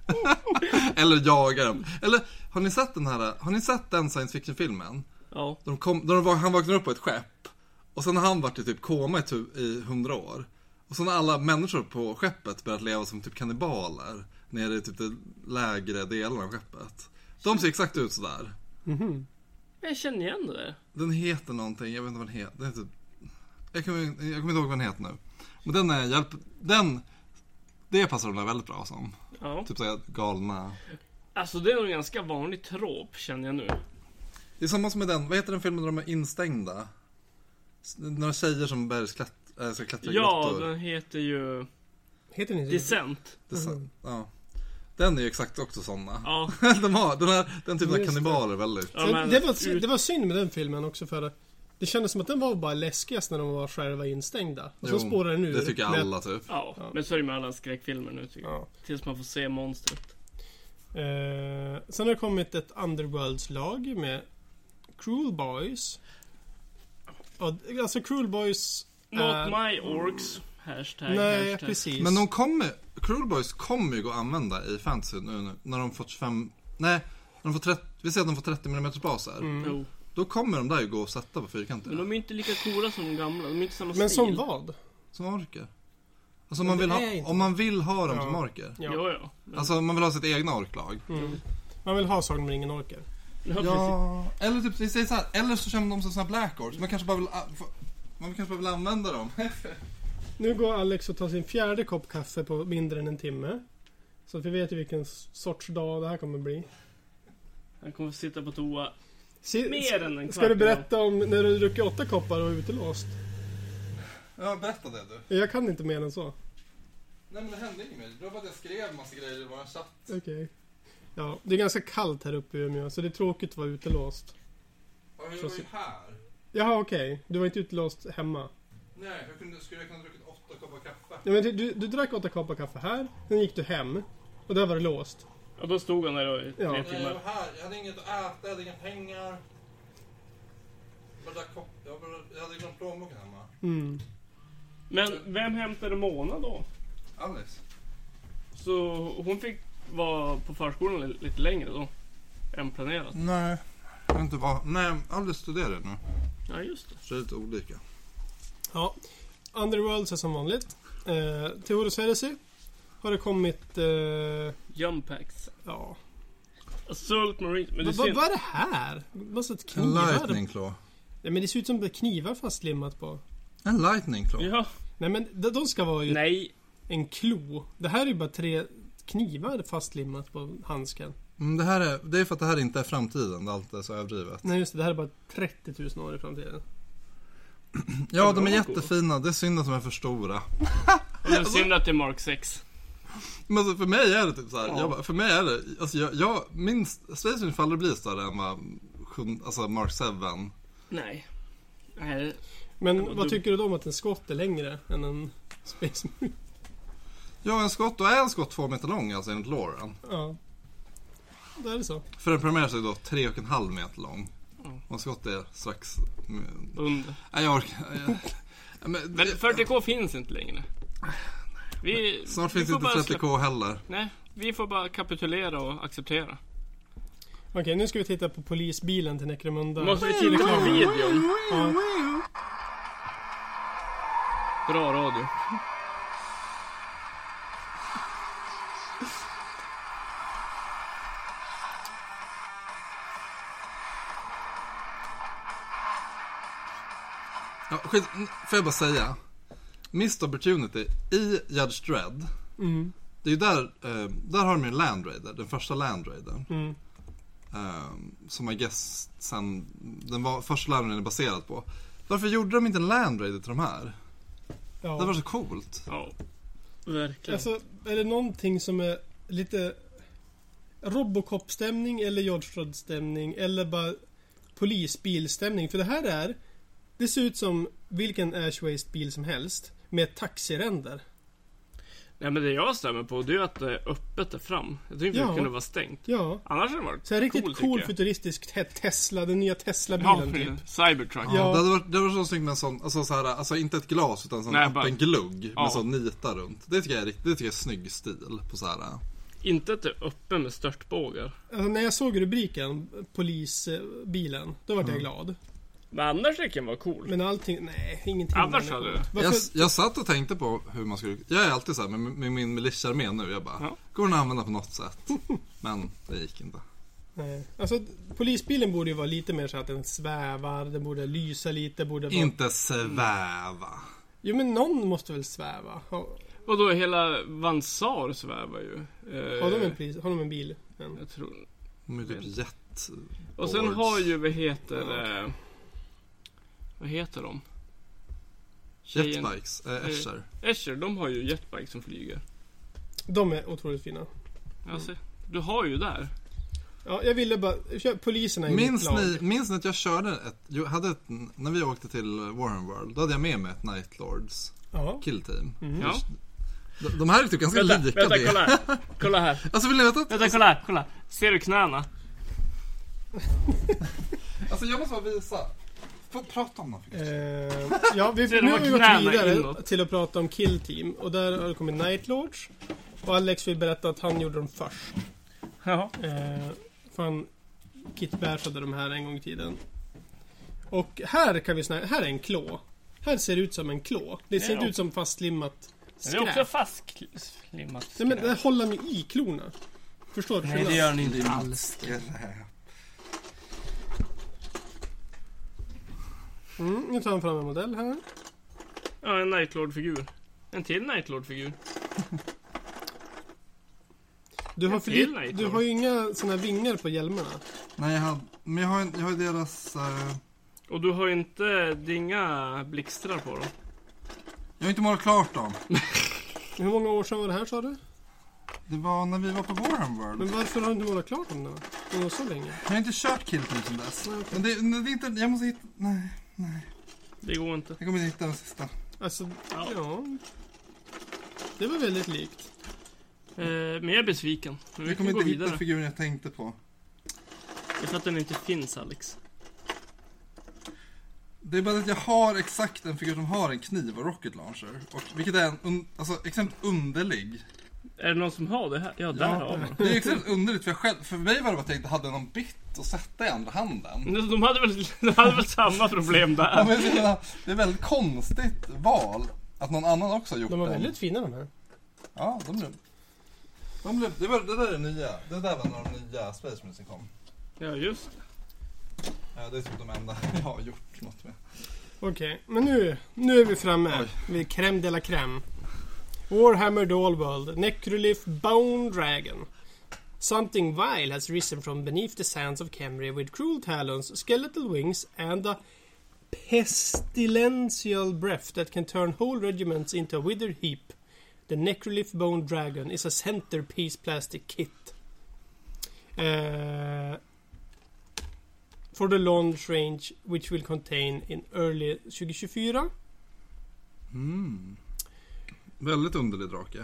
Eller jagar dem. Eller har ni sett den här? Har ni sett den science fiction filmen? Ja. De kom, de var, han vaknar upp på ett skepp. Och sen har han varit i typ koma i, tu, i hundra år. Och sen har alla människor på skeppet börjat leva som typ kannibaler. Nere i typ de lägre delarna av skeppet. De ser exakt ut sådär. Mhm. Jag känner igen det där. Den heter någonting, jag vet inte vad den heter. Den heter jag, kommer, jag kommer inte ihåg vad den heter nu. Men den är hjälp. Den, det passar de där väldigt bra som. Ja. Typ såhär galna. Alltså det är nog en ganska vanlig trop, känner jag nu. Det är samma som med den, vad heter den filmen där de är instängda? Några tjejer som bergsklätt, äh, ska klättra i Ja, grottor. den heter ju Heter den inte Descent. Det är så- ja. Den är ju exakt också såna. Ja. De har, den, här, den typen av Just det. kannibaler väldigt. Ja, Så men det, var, ut- det var synd med den filmen också för att det kändes som att den var bara läskigast när de var själva instängda. Och så Jo, spårade den ur. Det tycker med- alla typ. Ja, Ja. men så är det med alla skräckfilmer nu tycker jag. Ja. Tills man får se monstret. Eh, sen har det kommit ett Underworlds-lag med Cruel Boys. Och, alltså Cruel Boys Not är... my orcs. Hashtag, Nej, hashtag. precis. Men de kommer, Cruel Boys kommer ju gå att använda i fantasy nu, nu när de får tjugofem, nej, när de får trettio, vi säger att de får trettio millimeter baser. Mm. Jo. Då kommer de där ju gå och sätta på fyrkanter. Men de är inte lika coola som de gamla. De är inte samma Men stil. som vad? Som orker. Alltså om Men man, vill det ha, är inte- om man vill ha dem Ja. som orker. Ja. Jo, ja. Men, Alltså om man vill ha sitt egna orklag. Mm. Man vill ha Sagan om ringen orker. ja, precis. Ja, eller typ, vi säger så här, eller så känner de som såna Black Orcs. Man kanske bara vill, a- få- man kanske bara vill använda dem. Nu går Alex och tar sin fjärde kopp kaffe på mindre än en timme. Så att vi vet ju vilken sorts dag det här kommer bli. Han kommer sitta på toa Se, mer än en kvart. Ska du berätta om när du druckit åtta koppar och är utelåst? Ja, berätta det du. Jag kan inte mer än så. Nej men det hände inget mer. Det var bara att jag skrev massa grejer i vår chatt. Okej. Ja, det är ganska kallt här uppe i Umeå, så det är tråkigt att vara utelåst. Ja, jag Så var ju se- här. Jaha, okej. Du var inte utelåst hemma. Nej, jag kunde, skulle jag kunna druckit åtta koppar kaffe. Ja, men du, du, du drack åtta koppar kaffe här, sen gick du hem. Och där var det låst. Och då stod han där då i tre Ja. Nej, jag timmar. var här. Jag hade inget att äta, jag hade inga pengar. Bara där kopp, jag, bara, jag hade glömt plånboken hemma. Mm. Men vem hämtade Mona då? Alice. Så hon fick vara på förskolan li- lite längre då. Än planerat. Nej, jag vet inte vad. Nej, Alice studerar nu. Ja, just det. Så det är lite olika. Ja. Underworlds är som vanligt. Eh, till Horus Heresy har det kommit... Eh, Jump packs. ja. Assault Marines. Men det Vad ser... vad- vad är det här? Massa En knivar. lightning claw. Ja, men det ser ut som knivar fastlimmat på. En lightning claw. Ja. Nej men de, de ska vara ju Nej. en klo. Det här är ju bara tre knivar fastlimmat på handsken. Mm, det, här är, det är för att det här inte är framtiden. Allt är så överdrivet. Nej just det, det här är bara trettio tusen år i framtiden. Ja, de är jättefina. Det är synd att de är för stora. Och det är synd att det är Mark sex. Men alltså, för mig är det typ så här. Ja. Jag, bara- för mig är det... Alltså jag... jag min Space Marine faller blir större än vad... sjun- Alltså Mark sju. Nej. Nej. Men Ja, vad du- tycker du då om att en skott är längre än en Space Marine? Ja, en skott. Då är en skott två meter lång alltså enligt Lauren. Ja. Det är det så. För en primär så är då tre och en halv meter lång. Mm. Och en skott är strax... Under. Nej, jag orkar... Jag, men, Men fyrtio K finns inte längre. Vi, snart vi finns får inte bara trettio släppa- K heller. Nej, vi får bara kapitulera och acceptera. Okej, nu ska vi titta på polisbilen till Necromunda. Måste vi titta på videon? Ja. Bra radio. Ja, skit, får jag bara säga. Missed Opportunity i Judge Dredd. Mm. Det är ju där, eh, där har de ju en Land Raider, den första Land Raidern. Mm. Eh, som I guess sen, den var, första Land Raidern är baserad på. Varför gjorde de inte en Land Raider till de här? Ja. Det var så coolt. Ja, verkligen. Alltså, är det någonting som är lite Robocop-stämning eller George Dredd-stämning eller bara polisbilstämning? För det här är, det ser ut som vilken Ash Waste-bil som helst med taxiränder. Nej, men det jag stämmer på det är att det är öppet där fram. Jag tycker inte Ja. det kunde vara stängt. Ja. Annars hade det varit Så här riktigt cool, cool tycker jag. futuristisk te- Tesla, den nya Ja, Tesla-bilen typ. Cybertruck. Ja. Ja. Det hade varit, det hade varit så snyggt med en sån, alltså, så här, alltså inte ett glas utan en sån Nej, öppen bara- glugg Ja. med sån nita runt. Det tycker jag är, rikt- det tycker jag är snygg stil på så här. Inte att det är öppen med störtbågar. Alltså, när jag såg rubriken, polisbilen, då var jag glad. Men annars tycker jag var cool. Men allting, nej, ingenting. Annars är hade coolt. det. Varför? Jag, jag satt och tänkte på hur man skulle... Jag är alltid så här med, med min militiaarmé nu. Jag bara, Ja. går den att använda på något sätt? Men det gick inte. Nej. Alltså, polisbilen borde ju vara lite mer så att den svävar, den borde lysa lite, borde vara... Inte sväva. Jo, men någon måste väl sväva? Har, Och då hela Vansar svävar ju. Eh, har, de en polis, har de en bil? än? Jag tror. De är typ jet. Och sen boards. har ju, vad heter det? Vad heter de? Tjejen- Jetbikes. Äh, Escher. Escher, de har ju jetbike som flyger. De är otroligt fina. Alltså, du har ju där. Ja, jag ville bara... kö- Poliserna i mitt Minns lag. ni, minns ni att jag körde ett, jag hade ett... När vi åkte till Warren World, då hade jag med mig ett Night Lords Ja. kill team. Mm. Ja. De, de här är typ ganska Vänta, lika vänta, det. kolla här. Kolla här. Alltså vill ni veta att... Vänta, kolla här, kolla. Ser du knäna? Alltså jag måste bara visa. Få prata om dem. Eh, ja, vi, Ser nu de har vi har gått knäna vidare inåt? till att prata om Kill Team. Och där har det kommit Night Lords. Och Alex vill berätta att han gjorde dem först. Ja. Eh, för han Kit Bash hade de här en gång i tiden. Och här kan vi snacka, här är en klå. Här ser det ut som en klå. Det ser Ja. inte ut som fastlimmat Det är skräp. också fastslimmat Nej, men där håller ni i klorna. Förstår du? Nej, det gör ni inte alls. Mm, nu tar han fram en modell här. Ja, en Nightlord-figur. En till Nightlord-figur. Du har, En för till li- Night du Lord. har ju inga såna här vingar på hjälmarna. Nej, jag har, men jag har, jag har deras... eh, Och du har ju inte, det är inga blixtrar på dem. jag har inte målat klart dem. Hur många år sedan var det här, sa du? Det var när vi var på Warren World. Men varför har du inte målat klart dem då? Det var så länge. Jag har inte kört Kill Team sedan dess. Nej, okej. Men det, det är inte... Jag måste hitta... Nej, nej. Det går inte. Jag kommer inte hitta den sista. Alltså, Ja. ja. Det var väldigt likt. Eh, men jag är besviken. Men vi Jag kan kommer gå inte hitta vidare. figuren jag tänkte på. Det är för att den inte finns, Alex. Det är bara att jag har exakt en figur som har en kniv och rocket launcher. Och, vilket är en un, alltså, extremt underlig. Är det någon som har det här? Ja, där har man. Det är extremt underligt för jag själv, för mig var det bara tänkt att jag hade någon bit att sätta i andra handen. Men De hade väl, de hade väl samma problem Ja, där. men jag menar, det är väldigt konstigt val att någon annan också har gjort De var den. väldigt fina de här. Ja, de blev... De blev det, var, det där är nya. Det där var när de nya Space Marines som kom. Ja, just. Ja, det är typ de enda jag har gjort något med. Okej, okay, men nu, nu är vi framme. Vi är crème de la crème. Warhammer Dual World, Necrolith Bone Dragon. Something vile has risen from beneath the sands of Khemri with cruel talons, skeletal wings and a pestilential breath that can turn whole regiments into a withered heap. The Necrolith Bone Dragon is a centerpiece plastic kit. Uh, for the launch range which will contain in early tjugo tjugofyra. Mm. Väldigt underlig drake.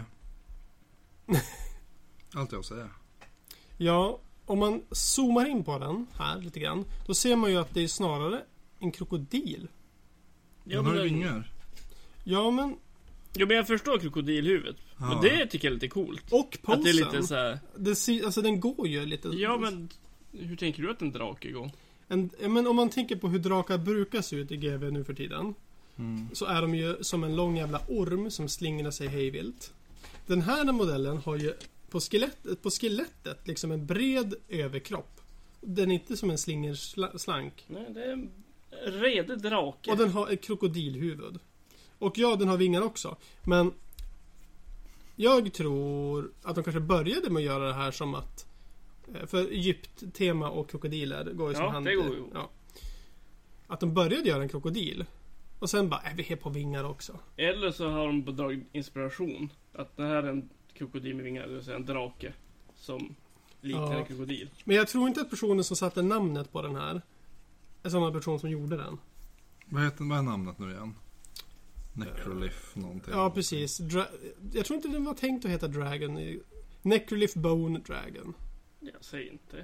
Allt jag säger. Ja, om man zoomar in på den här lite grann, då ser man ju att det är snarare en krokodil. Den har ju vingar. Ja, men... Jo, men jag förstår krokodilhuvudet. Ja. Och det tycker jag är lite coolt. Och posen. Att det är lite så här... det ser, alltså den går ju lite... Ja, men hur tänker du att en drake går? En, men om man tänker på hur drakar brukar se ut i G V nu för tiden, Mm. så är de ju som en lång jävla orm som slingrar sig hejvilt. Den här modellen har ju på skelettet, på skelettet liksom en bred överkropp. Den är inte som en slingerslank. Nej, det är en redig drake. Och den har ett krokodilhuvud. Och ja, den har vingar också. Men jag tror att de kanske började med att göra det här som att, för Egypt-tema och krokodiler går ju som Ja, hand. det går ju. Ja. Att de började göra en krokodil. Och sen bara, är vi här på vingar också. Eller så har de dragit inspiration. Att det här är en krokodil med vingar, det vill säga en drake som liknar Ja. en krokodil. Men jag tror inte att personen som satte namnet på den här är samma person som gjorde den. Vad heter vad är namnet nu igen? Necrolith någonting. Ja, precis. Dra- jag tror inte den var tänkt att heta Dragon. Necrolith Bone Dragon. Jag säger inte.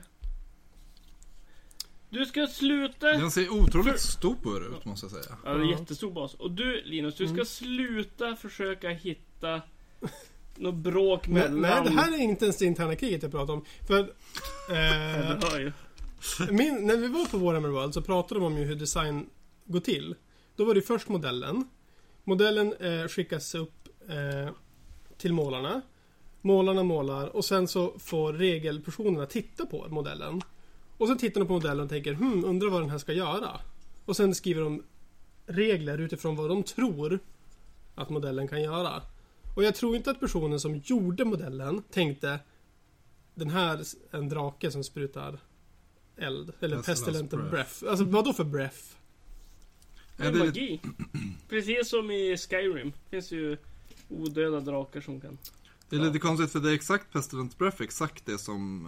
Du ska sluta... Den ser otroligt stor ut, måste jag säga. Ja, det är Ja. jättestor bas. Och du, Linus, du ska Mm. sluta försöka hitta något bråk Men, mellan... nej, det här är inte ens det interna kriget jag pratar om. För eh, Du hör ju. min, när vi var på Warhammer World så pratade de om ju hur design går till. Då var det först modellen. Modellen eh, skickas upp eh, till målarna. Målarna målar och sen så får regelpersonerna titta på modellen. Och sen tittar de på modellen och tänker, hmm, undrar vad den här ska göra. Och sen skriver de regler utifrån vad de tror att modellen kan göra. Och jag tror inte att personen som gjorde modellen tänkte, den här är en drake som sprutar eld. Eller Pestilent pestilent breath. breath. Alltså vad då för breath? Det är magi. Precis som i Skyrim. Finns ju odöda drakar som kan... Det är lite konstigt för det är exakt Pestilent Breath, exakt det som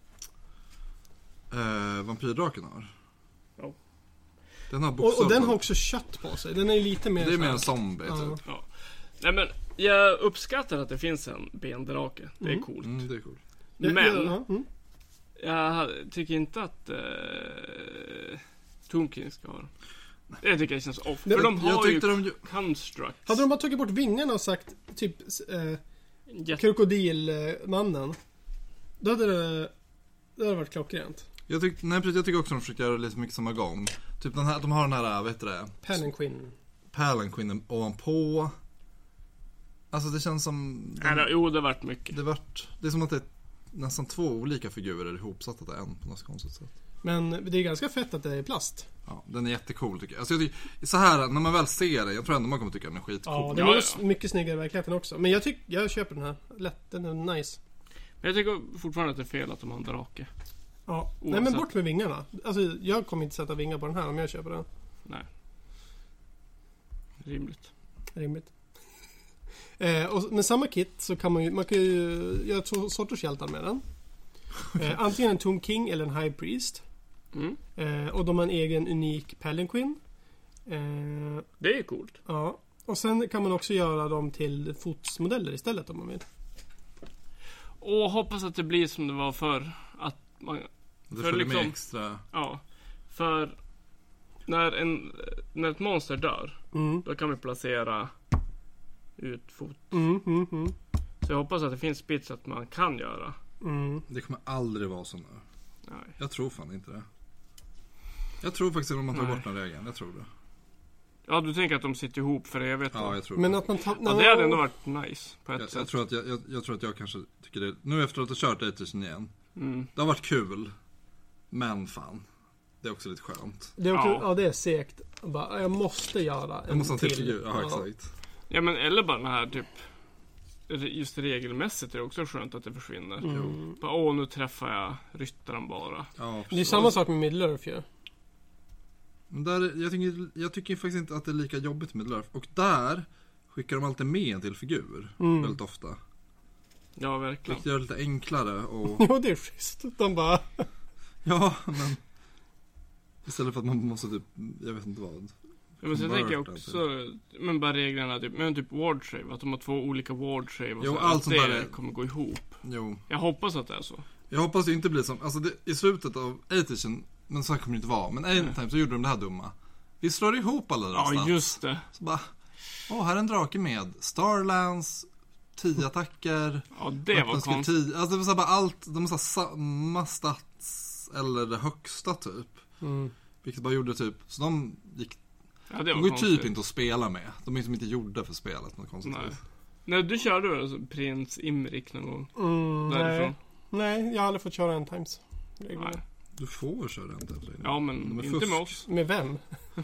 eh, eh, vampyrdraken har. Ja. Den har Och, bokstavligt. och den har också kött på sig. Den är lite mer... Det är så mer här- en zombie Ja. typ. Ja. Nej, men jag uppskattar att det finns en bendrake. Det är Mm. coolt. Mm, det är coolt. Ja, Men ja, ja, mm. jag tycker inte att uh, Tomb King ska ha det. Det tycker jag känns off. Det- För de Jag har ju tyckte de ju... constructs. Hade de bara tagit bort vingarna och sagt typ eh, Jätte- krokodilmannen, då hade det, det hade varit klockrent. Jag tyckte, nej precis, jag tycker också de försöker göra det lite mycket samma gång. Typ den här, de har den här, vad heter det? Palanquin. Palanquinen ovanpå. Alltså det känns som... Nej, det, jo, det har varit mycket. Det, vart, det är som att det är nästan två olika figurer ihopsatta till en på något konstigt sätt. Men det är ganska fett att det är plast. Ja, den är jättecool tycker jag. Alltså jag tycker, så här, när man väl ser den, jag tror ändå man kommer tycka den är skitcool. Ja, den Ja, är ja. mycket snyggare i verkligheten också. Men jag tycker, jag köper den här. Lätt, den är nice. Men jag tycker fortfarande att det är fel att de har en drake. Ja, nej Oavsett. men bort med vingarna. Alltså jag kommer inte sätta vingar på den här om jag köper den. Nej. Rimligt. Rimligt. eh, och med samma kit så kan man ju, man kan ju göra två sorters hjältar med den. Eh, antingen en Tomb King eller en High Priest. Mm. Eh, och de har en egen unik Palanquin. Eh, Det är ju coolt. ja. Och sen kan man också göra dem till fotsmodeller istället om man vill. Och hoppas att det blir som det var förr. Att man, Det för följer liksom- med extra. ja. För när, en, när ett monster dör, Mm. då kan vi placera ut fot. Mm, mm, mm. Så jag hoppas att det finns bits att man kan göra. Mm. Det kommer aldrig vara så nu. Nej. Jag tror fan inte det. Jag tror faktiskt att om man tar Nej. bort den regeln, jag tror det. Ja, du tänker att de sitter ihop för evigt då? Ja, jag tror Men det. att man tar... Ja, det hade ändå varit nice på ett Jag, sätt. jag, tror att jag, jag, jag tror att jag kanske tycker det. Nu efter att ha kört tusen igen. Mm. Det har varit kul. Men fan. Det är också lite skönt. Det är också, ja. Ja. det är segt. Bara, jag måste göra en Jag måste ha till. till figur. Ja, exakt. Ja, men eller bara den här typ... Just regelmässigt är det också skönt att det försvinner. Mm. Bara, åh, nu träffar jag ryttaren bara. Ja, Det är samma sak med Middle-earth ju. Men där, jag, tycker, jag tycker faktiskt inte att det är lika jobbigt med Middle-earth. Och där skickar de alltid med en till figur. Mm. Väldigt ofta. Ja, verkligen. Vilket gör det lite enklare. Och, Jo, det är schysst. De bara... ja, men... Istället för att man måste typ, jag vet inte vad. Ja, men så jag Convert, tänker också, men bara reglerna typ, men typ ward save, att de har två olika ward save och Jo, så, allt att sånt det där är- kommer gå ihop. Jo. Jag hoppas att det är så. Jag hoppas det inte blir som, alltså det, i slutet av Edition, men så här kommer det inte vara. Men en time så gjorde de det här dumma. Vi slår ihop alla deras Ja, stats. just det. Så bara, åh, här är en drake med Starlands, tio attacker. Ja, det var Weapons skill konstigt. tio. Alltså det var så här bara allt, de har så här samma stats, eller det högsta typ. Mm. Vilket bara gjorde typ, så de gick, Ja, det de var går ju konstigt. typ inte att spela med. De är liksom inte gjorda för spelet, något konstigt. Nej. Nej, du körde väl alltså prins Imrik någon gång? Mm, Därifrån? nej. nej, jag har aldrig fått köra en times. Nej. Du får köra en till. Ja, men De är inte fusk. med oss. Med vem?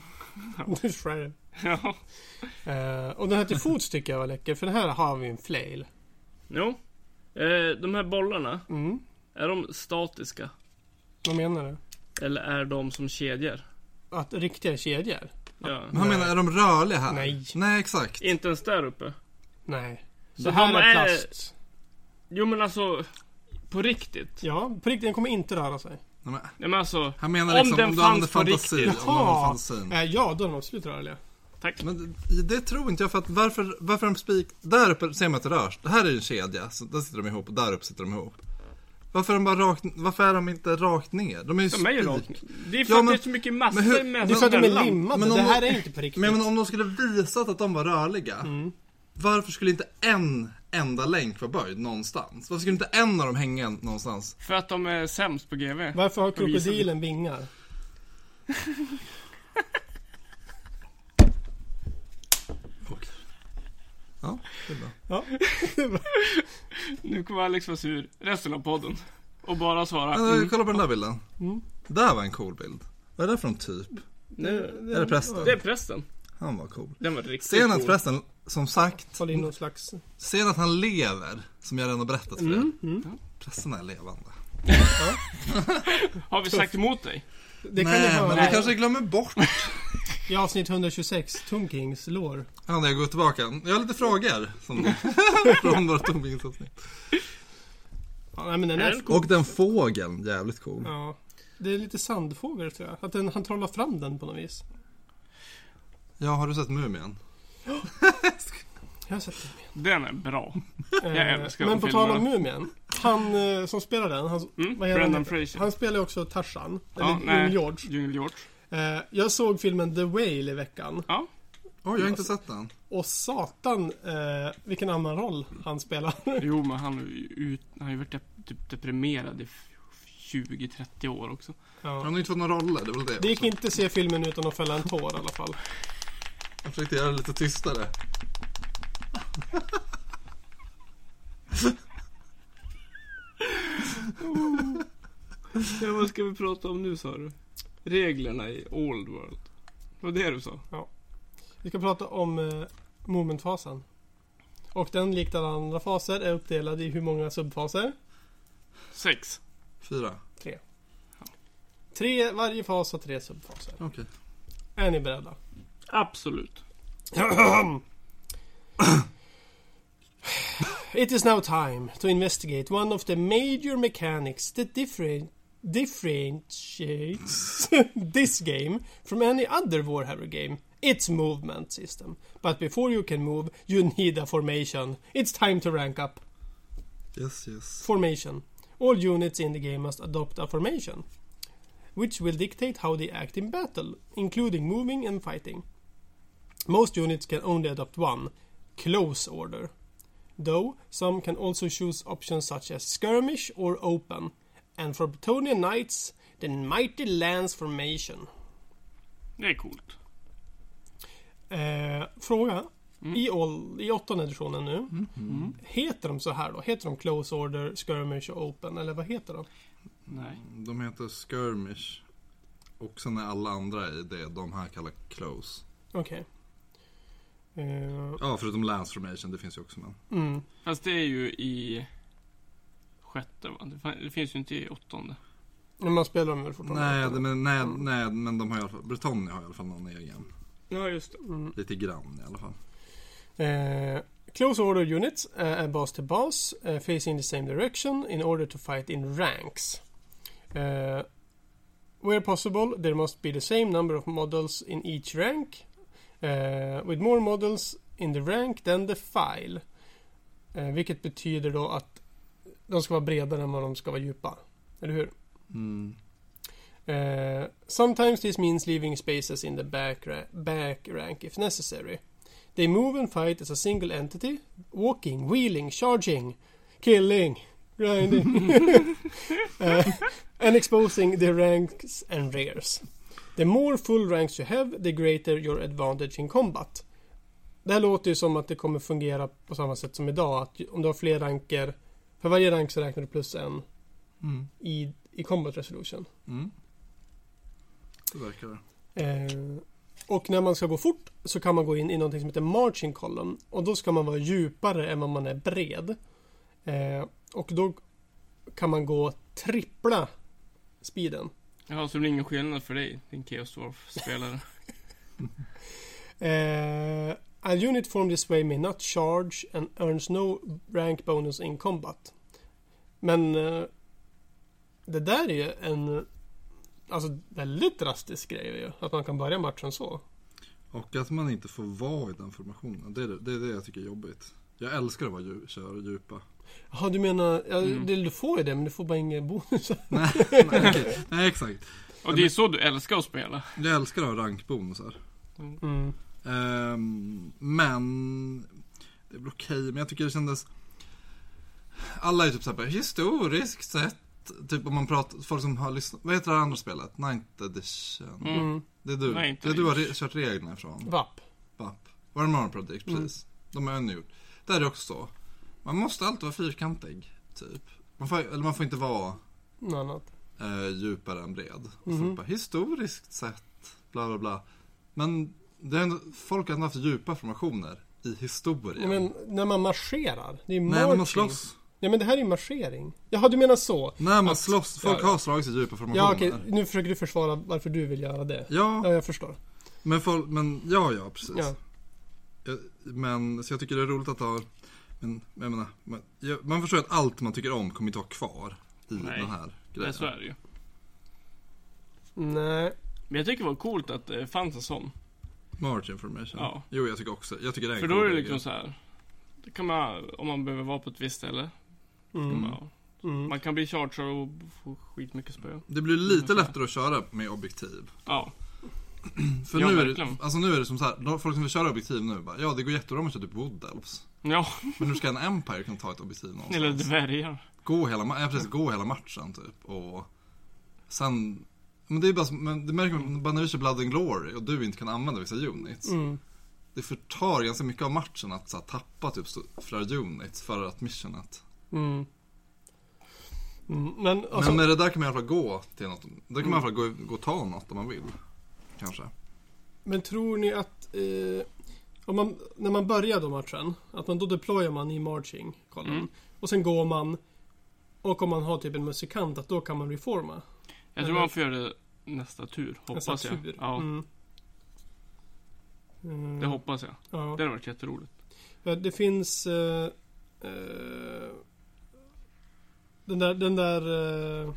Du Shredder. Ja. Eh, och den här till fots tycker jag var läcker. För den här har vi en flail. Jo. Eh, de här bollarna, Mm. är de statiska? Vad menar du? Eller är de som kedjor? Att riktiga kedjor? Ja. Men han menar, är de rörliga här? Nej. Nej, exakt. Inte ens där uppe. Nej. Så det här de är är- plast. Jo, men alltså, på riktigt. Ja, på riktigt. Den kommer inte röra sig. Nej, men, Nej, men alltså, han menar Om liksom den om du använder fanns på fantasi. riktigt. Om du använder Jaha. fantasin. Eh, ja, då är de absolut rörliga. tack. Men det, det tror inte jag, för att varför, varför de spik... Där uppe ser man att det rörs. Det här är en kedja, så där sitter de ihop och där uppe sitter de ihop. Varför är de bara rakt, varför är de inte rakt ner? De är ju De är ju spik. rakt. Det är för Ja, att men- det är så mycket massor men hur- med Det är för att de är mellan. limmade. Men om det här de- är inte på riktigt. Men, men om de skulle visat att de var rörliga, Mm. varför skulle inte en enda länk vara böjd någonstans? Varför skulle inte en av dem hänga någonstans? För att de är sämst på G V. Varför har Och visar- krokodilen vingar? Och... Ja, det är bra. Ja, det är bra. Nu kommer Alex vara sur resten av podden. Och bara svara. Men, Mm. kolla på den där bilden. Mm. Där var en cool bild. Vad är det för en typ? Nu, Är det prästen? det är prästen. Han var cool. Den var riktigt Ser ni att cool. prästen, som sagt, Håll in någon slags... ser ni att han lever? Som jag redan har berättat för er. Mm. Mm. Prästen är levande. Har vi sagt emot dig? Det kan ni Nej, höra men vi kanske glömmer bort. i avsnitt etthundratjugosex, Tomb Kings lore. Ja, när jag går tillbaka. Jag har lite frågor. Som, från vårt Tombingsavsnitt. Ja, nej, men den Är är... den Och den fågeln, jävligt cool. Ja. Det är lite sandfågel tror jag. Att den, han trollar fram den på något vis. Ja, har du sett Mumien? Jag har sett den. Den är bra. Eh, Jag älskar Men de på tal om filmerna. Mumien. Han eh, som spelar den, han, Mm, vad heter Brendan han? Fraser. Han spelar ju också Tarzan. Ja, eller nej. Djungel George. Djungel George. Eh, jag såg filmen The Whale i veckan. Ja. Oj, jag har inte sett den. Och satan, eh, vilken annan roll han spelar. Jo, men han, är ju ut, han har ju varit dep- typ deprimerad i tjugo trettio år också. Ja. Han har inte fått några roller, det är väl det. Det gick inte att se filmen utan att fälla en tår i alla fall. Jag försökte göra det lite tystare. Ja, vad ska vi prata om nu, sa du? Reglerna i Old World. Det var det du sa? Vi ska prata om eh, momentfasen. Och den, likt alla andra faser, är uppdelad i hur många subfaser? Sex. Fyra. Tre. Tre, varje fas har tre subfaser. Okej. Är ni beredda? Absolut. It is now time to investigate one of the major mechanics that different, differentiates this game from any other Warhammer game. It's movement system. But before you can move, you need a formation. It's time to rank up. Yes, yes. Formation. All units in the game must adopt a formation, which will dictate how they act in battle, including moving and fighting. Most units can only adopt one, close order. Though, some can also choose options such as skirmish or open. And for Bretonnian Knights, the Mighty Lance Formation. Det är coolt. Eh, fråga. Mm. I, all, I åttonde editionen nu. Mm. Heter de så här då? Heter de close order, skirmish och open? Eller vad heter de? Nej. De heter Skirmish. Och sen är alla andra i det de här kallar close. Okej. Okay. Uh... Ja, förutom lance formation, det finns ju också men. Mm. Fast det är ju i sjätte, va? Det finns ju inte i åttonde. Men man spelar dem väl fortfarande? Nej, det, men, nej, mm. nej, men de har i alla fall, Britannia har i alla fall någon egen. Ja, just det. Mm. Lite grann i alla fall. Uh, close order units uh, är bas till bas, uh, facing the same direction in order to fight in ranks. Uh, where possible, there must be the same number of models in each rank, uh, with more models in the rank than the file. Uh, vilket betyder då att de ska vara bredare än vad de ska vara djupa. Eller hur? Mm. Uh, sometimes this means leaving spaces in the back, ra- back rank if necessary. They move and fight as a single entity, walking, wheeling, charging, killing, grinding, uh, and exposing their ranks and rears. The more full ranks you have, the greater your advantage in combat. Det här låter ju som att det kommer fungera på samma sätt som idag. Att om du har fler ranker, för varje rank så räknar du plus en mm. i, i combat resolution. Mm. Det verkar det. Eh, och när man ska gå fort så kan man gå in i något som heter marching column. Och då ska man vara djupare än vad man är bred. Eh, och då kan man gå trippla speeden. Jaha, så det blir ingen skillnad för dig, din Chaos Dwarf-spelare. uh, a unit formed this way may not charge and earns no rank bonus in combat. Men uh, det där är ju en alltså väldigt drastisk grej ju, att man kan börja matchen så. Och att man inte får vara i den formationen. Det är det, det, är det jag tycker är jobbigt. Jag älskar att vara dju- köra djupa. Ja, du menar, ja, mm. det, du får ju det, men du får bara ingen bonus. nej, nej, okay. nej, exakt. Och det är så du älskar att spela. Jag älskar att ha rankbonusar. Mm. Um, men det är väl okej, men jag tycker det kändes alla är typ såhär historiskt sett, typ om man pratar, folk som har lyssnat, vad heter det andra spelet? Ninth Edition. Mm. Det är du, Nej, det är du har re- kört reglerna ifrån. V A P. V A P. Warhammer Project, precis. Mm. De har ännu gjort. Där är det också så. Man måste alltid vara fyrkantig, typ. Man får, eller man får inte vara något annat. Eh, djupare än bred. Mm. Folk bara, historiskt sett, bla bla bla. Men det är ändå, folk har haft djupa formationer i historien. Men när man marscherar, det är ju Nej, men man marching. slåss. Ja, men det här är ju marschering. Jaha, du menar så? När man att, slåss, folk ja, har slagit sig i djupa formationer. Ja, okej, nu försöker du försvara varför du vill göra det. Ja, Ja, jag förstår. men, folk, men ja, ja, precis. Ja. Jag, men, så jag tycker det är roligt att ha, men jag menar, man, jag, man förstår att allt man tycker om kommer inte ha kvar i Nej, den här grejen. Det så är det ju. Nej. Men jag tycker det var coolt att det fanns en sån. March information. Ja. Jo, jag tycker också. Jag tycker det är en För då cool är det grej. liksom så här. Det kan man, om man behöver vara på ett visst ställe. Mm. Kan man, Mm. man kan bli chargad och få skitmycket spö. Det blir lite Mm. lättare att köra med objektiv. Ja. För Ja, nu, är det, verkligen. alltså nu är det som så här, de- folk som vill köra objektiv nu bara, ja det går jättebra om man kör typ Wood Elves. Ja, Men hur ska en Empire kunna ta ett objektiv någonstans? eller dvärgar. Gå hela, ma- ja, precis, gå hela matchen typ. Och sen, men det är bara, som- men det märker man bara när vi kör Blood and Glory och du inte kan använda vissa units. Mm. Det förtar ganska mycket av matchen att så här, tappa typ så, flera units för att missionet. Mm. Mm. Men alltså, Men med det där kan man i alla fall gå till något. Där kan man i alla fall gå, gå och ta något om man vill. Kanske. men tror ni att eh, om man, när man börjar då matchen, att man då deployar man i marching kolumn, Mm. och sen går man, och om man har typ en musikant, att då kan man reforma. Jag tror Eller- man får göra det nästa tur, hoppas Nästa jag. tur. Ja, Mm. Mm. det hoppas jag. Ja. Det hade varit jätteroligt. Ja, det finns eh, eh, den där, den där eh,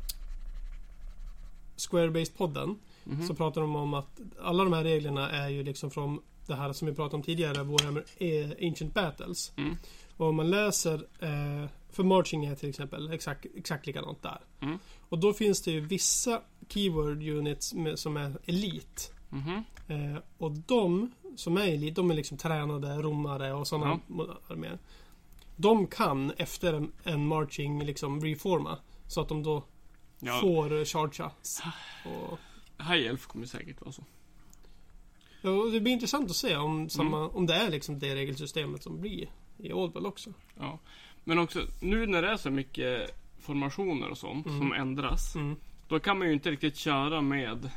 Square-based-podden, Mhm. så pratar de om att alla de här reglerna är ju liksom från det här som vi pratade om tidigare, Warhammer eh, Ancient Battles. Mm. Och om man läser eh, för marching är till exempel exakt, exakt likadant där. Mm. Och då finns det ju vissa keyword units med, som är elit. Mhm. Eh, och de som är elit, de är liksom tränade romare och sådana arméer. De kan efter en, en marching liksom reforma, så att de då Ja, får chargea. Och, High Elf kommer säkert vara så. ja, och det blir intressant att se om, samma, om det är liksom det regelsystemet som blir i Oldwell också. Ja. Men också, nu när det är så mycket formationer och sånt Mm. som ändras. Mm. då kan man ju inte riktigt köra med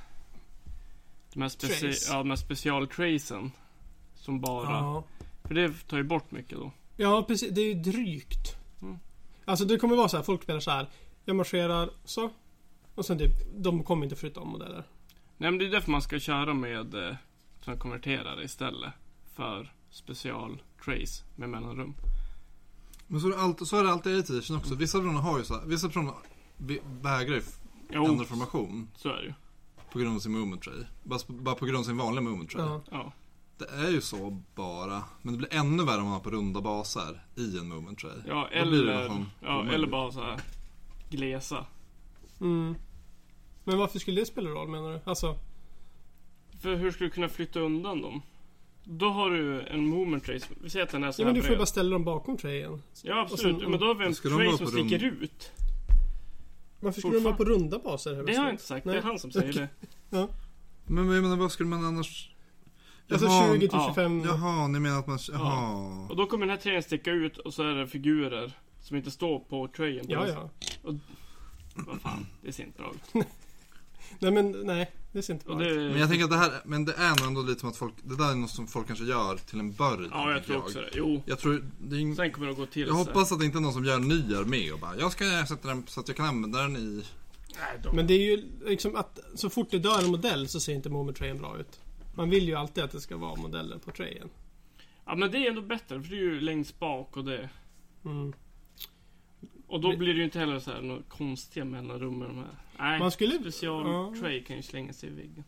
de här, speci- ja, de här specialtracen som bara... Ja. För det tar ju bort mycket då. Ja, precis. Det är ju drygt. Mm. Alltså det kommer vara så här, folk spelar så här. Jag marscherar så. Och sen typ, de kommer inte flytta om modeller. Nej, men det är därför man ska köra med eh, som konverterare istället för specialtrace med mellanrum. Men så är det alltid, så är det alltid i Edition också. Vissa personer har ju så här, vissa personer vi- vägrar ju f- Jo, ändra formation så är det ju. på grund av sin movement tray. Bara, bara på grund av sin vanliga movement tray. Ja. Ja. Det är ju så bara. Men det blir ännu värre om man har på runda baser i en movement tray. Ja, Då blir det eller, nästan ja, omöjligt. eller bara så här glesa. Mm. Men varför skulle det spela roll menar du? Alltså, För hur ska du kunna flytta undan dem? Då har du en movement trace. Vi säger att den är så ja här men du får ju bred. bara ställa dem bakom trayen. Ja, och absolut. sen- men då har vi en Ska de trace vara som på sticker rund- ut. Varför skulle de vara på runda baser? här Det har jag plötsligt? inte sagt. Nej. Det är han som säger det. Men, men, men vad skulle man annars... Alltså Jaha, tjugo till ja. tjugofem. Jaha, ni menar att man... Jaha. Och då kommer den här trayen sticka ut och så är det figurer som inte står på trayen. Ja, ja. Vad fan, det ser inte bra ut. Nej men nej, det ser inte bra Och ut. det, Men jag tänker att det här, men det är nog ändå lite som att folk, det där är något som folk kanske gör till en början. ja, jag tycker tror också det. Jo, Jag tror, det är ing... sen kommer det att gå till jag sig. hoppas att det inte är någon som gör en ny armé och bara, jag ska sätta den så att jag kan använda den i... Nej, då. Men det är ju liksom att så fort det dör en modell så ser inte moment trayen bra ut. Man vill ju alltid att det ska vara modeller på trayen. Ja, men det är ändå bättre för det är ju längst bak och det. Mm. Och då Det- blir det ju inte heller så här några konstiga mellanrum med de här. Nej, Man skulle... special ja. tray kan ju slänga sig i väggen.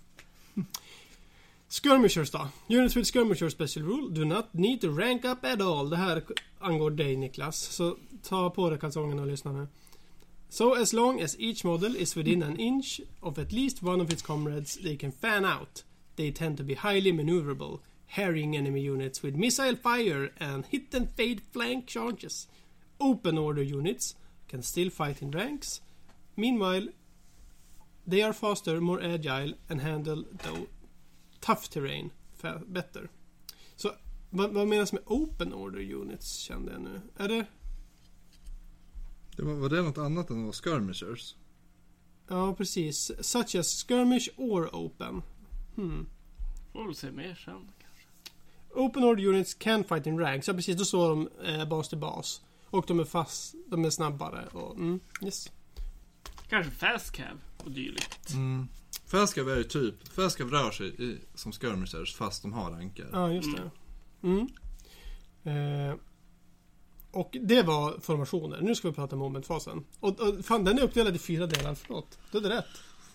Skirmishers då. Units with skirmisher special rule do not need to rank up at all. Det här angår dig Niklas. Så ta på dig kalsongerna och lyssna nu. So as long as each model is within an inch of at least one of its comrades, they can fan out. They tend to be highly maneuverable, harrying enemy units with missile fire and hit and fade flank charges. Open order units can still fight in ranks. Meanwhile, they are faster, more agile and handle though tough terrain fa- better. Så vad, vad menas med open order units kände jag nu? Är det... Det var, var det något annat än att vara skirmishers? Ja, precis. Such as skirmish or open. Hmm. Får väl se mer sen kanske. Open order units can fight in ranks. Ja, precis. Då står de eh, bas till bas. Och de är fast, de är snabbare. Och, mm, yes. Kanske fast cav och dylikt. Mm. Fastcav är ju typ, Fastcav rör sig i, som skirmishers fast de har rankar. Ja, just det. Mm. Eh, och det var formationer. Nu ska vi prata momentfasen. Och, och fan, den är uppdelad i fyra delar. Förlåt. Du hade rätt.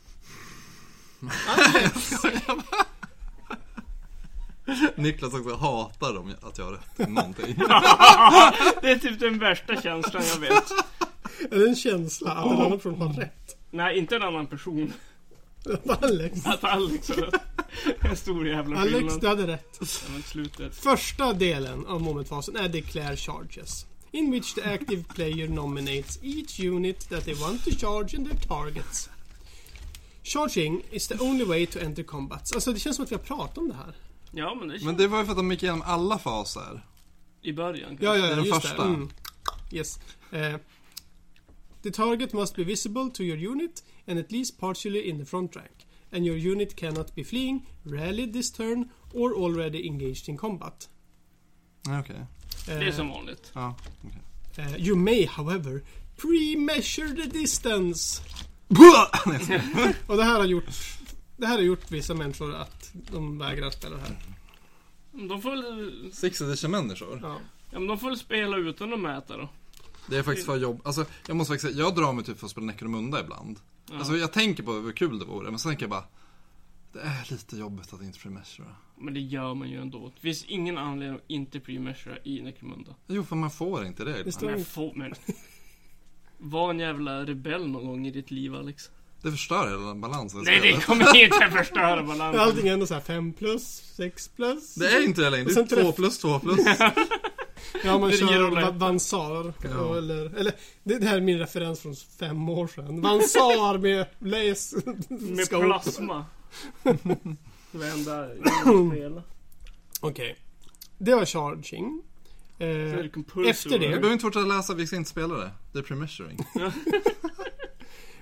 Niklas också hatar dem att jag har rätt i någonting. Det är typ den värsta känslan jag vet. Är det en känsla att en annan person har rätt? Nej, inte en annan person. Alex. Att Alex har rätt. En stor jävla Alex, skillnad. du hade rätt. Ja, men slutet. Första delen av momentfasen är Declare Charges. In which the active player nominates each unit that they want to charge and their targets. Charging is the only way to enter combats. Alltså det känns som att vi har pratat om det här. Ja, men det är Men det var ju för att de gick igenom alla faser. i början. Ja, ja, Det är ja den just första. det. Mm. Yes. Eh, the target must be visible to your unit and at least partially in the front rank. And your unit cannot be fleeing, rallied this turn or already engaged in combat. Ja, okej. Eh, Det är som vanligt. Ja, okej. eh, you may, however, pre-measure the distance. Och det här har gjort det här har gjort vissa människor att de vägrar spela det här. De får väl, Six edition människor. Ja. ja, men de får väl spela utan att mäta då. Det är faktiskt för jobb. Alltså, jag måste faktiskt säga, jag drar mig typ för att spela Necromunda ibland. Ja. Alltså, jag tänker på hur kul det vore, men sen tänker jag bara, det är lite jobbigt att inte pre-measura. Men det gör man ju ändå. Det finns ingen anledning att inte pre-measura i Necromunda. Jo, för man får inte det. Det står Men, inte. få, men var en jävla rebell någon gång i ditt liv, Alex. Det förstör hela balansen i Nej, det spelet. kommer inte förstöra balansen. Allting är ändå så här fem plus, sex plus. Det är inte det längre, Och det är sen två träff- plus två plus. Ja, man Det är kör roulette. Va- Vansar. Ja. Och, eller, eller, det, det här är min referens från fem år sedan. Vansar med läs... Med scope. plasma. Det var enda jag spela. Okej. Det var charging. Så är Eh, det compulsory. efter det- Vi behöver inte fortsätta läsa, vi ska inte spela det. Det är pre-measuring.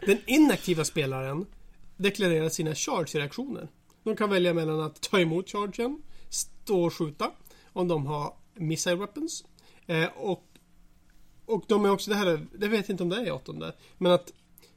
Den inaktiva spelaren deklarerar sina charge-reaktioner. De kan välja mellan att ta emot chargen, stå och skjuta om de har missile weapons. Eh, och, och de är också, det här, det vet jag inte om det är i åttonde, men att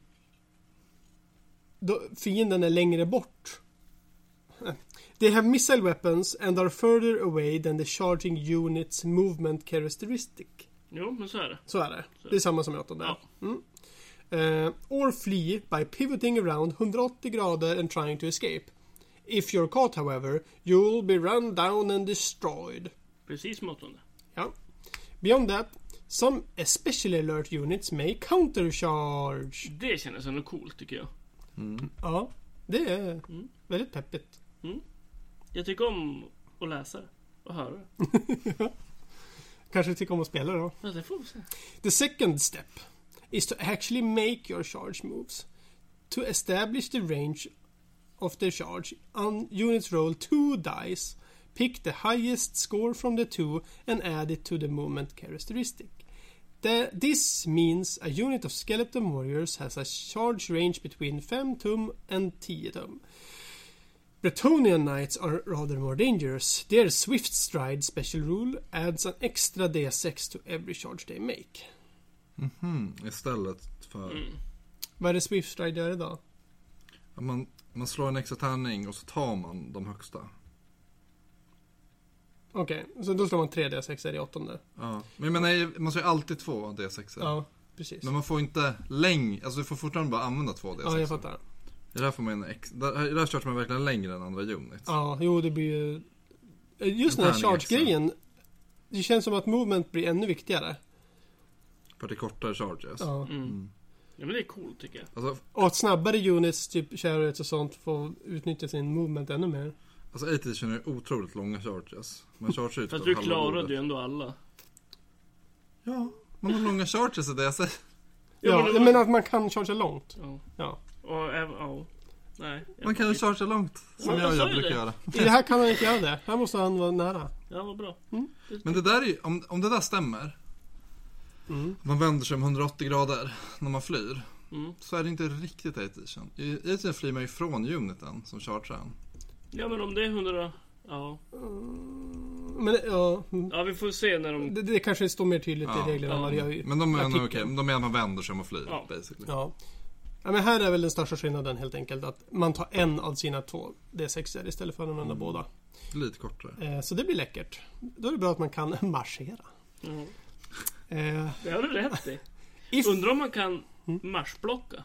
då fienden är längre bort. They have missile weapons and are further away than the charging unit's movement characteristic. Jo, men så är det. Så är det. Det är samma som i åttonde. Ja. Mm. Uh, or flee by pivoting around hundraåttio grader and trying to escape. If you're caught, however, you'll be run down and destroyed. Precis som åttonde. Ja. Beyond that, some especially alert units may countercharge. Det känns ändå coolt tycker jag. Mm. Ja, det är Mm. väldigt peppigt. Mm. Jag tycker om att läsa det och höra det. Kanske tycker om att spela då. Ja, det får vi se. The second step is to actually make your charge moves. To establish the range of the charge, un- units roll two dice, pick the highest score from the two and add it to the movement characteristic. The, this means a unit of skeleton warriors has a charge range between fem tum and tio tum. Bretonian knights are rather more dangerous. Their swift stride special rule adds an extra D six to every charge they make. Mhm, istället för... Mm. Vad är det swift stride gör idag? Ja, man, man slår en extra tärning och så tar man de högsta. Okej, okay, så då slår man tre D sex i åttonde. Ja. Men jag menar, man slår ju alltid två D sex. Ja, precis. Men man får inte längre, alltså du får fortfarande bara använda två D sex. Ja, jag fattar. Det där får man en ex... Där, där charge man verkligen längre än andra units. Ja, jo det blir ju... Just den här charge-grejen. Det känns som att movement blir ännu viktigare. För det är kortare charges. Ja. Mm. Mm. Ja, men det är coolt tycker jag. Alltså, Och att snabbare units, typ chariots och sånt, får utnyttja sin movement ännu mer. alltså eight edition är otroligt långa charges. Man charger ut Fast på du halva klarade bordet. ju ändå alla. Ja, man har långa charges, är det jag säger. Ja, Ja, men det jag var- menar att man kan chargea långt. Ja. Ja. Och även, ja. Nej. jag Man kan ju fattar. chargea långt. Som Ja, jag, jag sa jag ju brukar det. göra. I det här kan han inte göra det. Här måste han vara nära. Ja, vad bra. Men det där är ju, om, om det där stämmer. Mm. Man vänder sig om hundraåttio grader när man flyr. Mm. Så är det inte riktigt eight edition. I eight edition flyr man ju från uniten som chargear en. Ja, men om det är hundra... Ja. Men ja, mm. Ja, vi får se när de... det, det kanske står mer tydligt Ja. i reglerna än vad det gör i Men de menar artikeln. okej, de menar att man vänder sig om och flyr, Ja. basically. Ja. Ja, men här är väl den största skillnaden helt enkelt att man tar en av sina två D sex istället för att använda Mm. båda. Lite kortare. Eh, så det blir läckert. Då är det bra att man kan marschera. Mm. Eh, Det har du rätt i. if, Undrar om man kan Mm. marschblocka.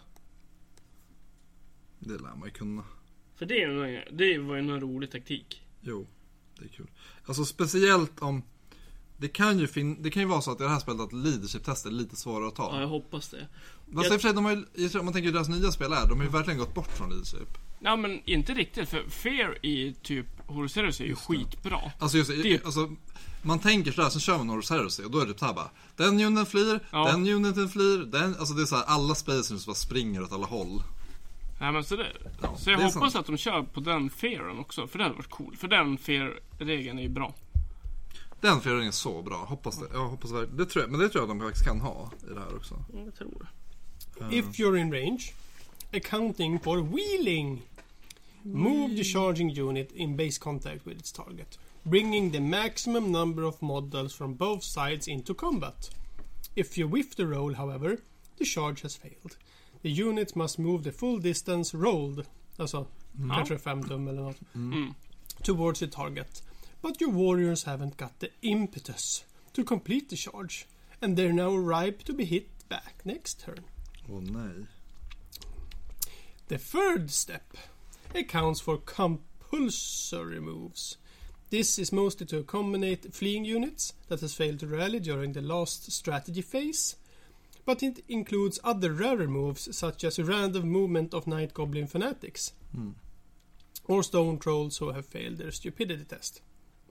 Det lär man ju kunna. För det, är nog, det var ju en rolig taktik. Jo, det är kul. Alltså speciellt om... Det kan ju, fin- det kan ju vara så att i det här spelet att leadership-test är lite svårare att ta. Ja, jag hoppas det. Fast i och för sig, de har ju, om man tänker hur deras nya spel är, de har ju verkligen gått bort från leadership. Ja, men inte riktigt. För Fear i typ Horus Heresy är ju Just det. skitbra. Alltså just Det- alltså, man tänker sådär, så kör man Horus Heresy och då är det typ såhär bara, den uniten flyr, Ja. den uniten flyr, den, alltså det är såhär, alla spacers bara springer åt alla håll. Nej, men så det. Ja, Så jag det är hoppas sant. att de kör på den Fearen också. För det hade varit cool. För den Fear-regeln är ju bra. Den förändringen är så bra, hoppas det. Jag hoppas verkligen, det tror jag, men det tror jag de faktiskt kan ha i det här också. Mm, jag tror det. Uh, if you're in range, accounting for wheeling. Move the charging unit in base contact with its target, bringing the maximum number of models from both sides into combat. If you whiff the roll, however, the charge has failed. The unit must move the full distance rolled, alltså kanske fem tum eller något, Mm. towards the target. But your warriors haven't got the impetus to complete the charge, and they're now ripe to be hit back next turn. Åh nej. The third step accounts for compulsory moves. This is mostly to accommodate fleeing units that has failed to rally during the last strategy phase, but it includes other rarer moves such as random movement of Night Goblin fanatics Mm. or stone trolls who have failed their stupidity test.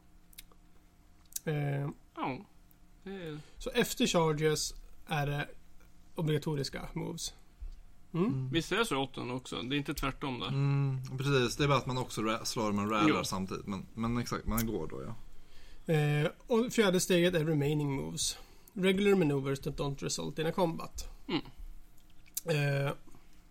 Eh, Ja. Det är... så efter charges är det obligatoriska moves. Mm. Visst är det så i åttan också? Det är inte tvärtom där. Mm, precis, det är bara att man också ra- slår med rallar Jo. samtidigt. Men, men exakt, man går då ja. Eh, och fjärde steget är remaining moves. Regular maneuvers that don't result in a combat. Mm. Eh,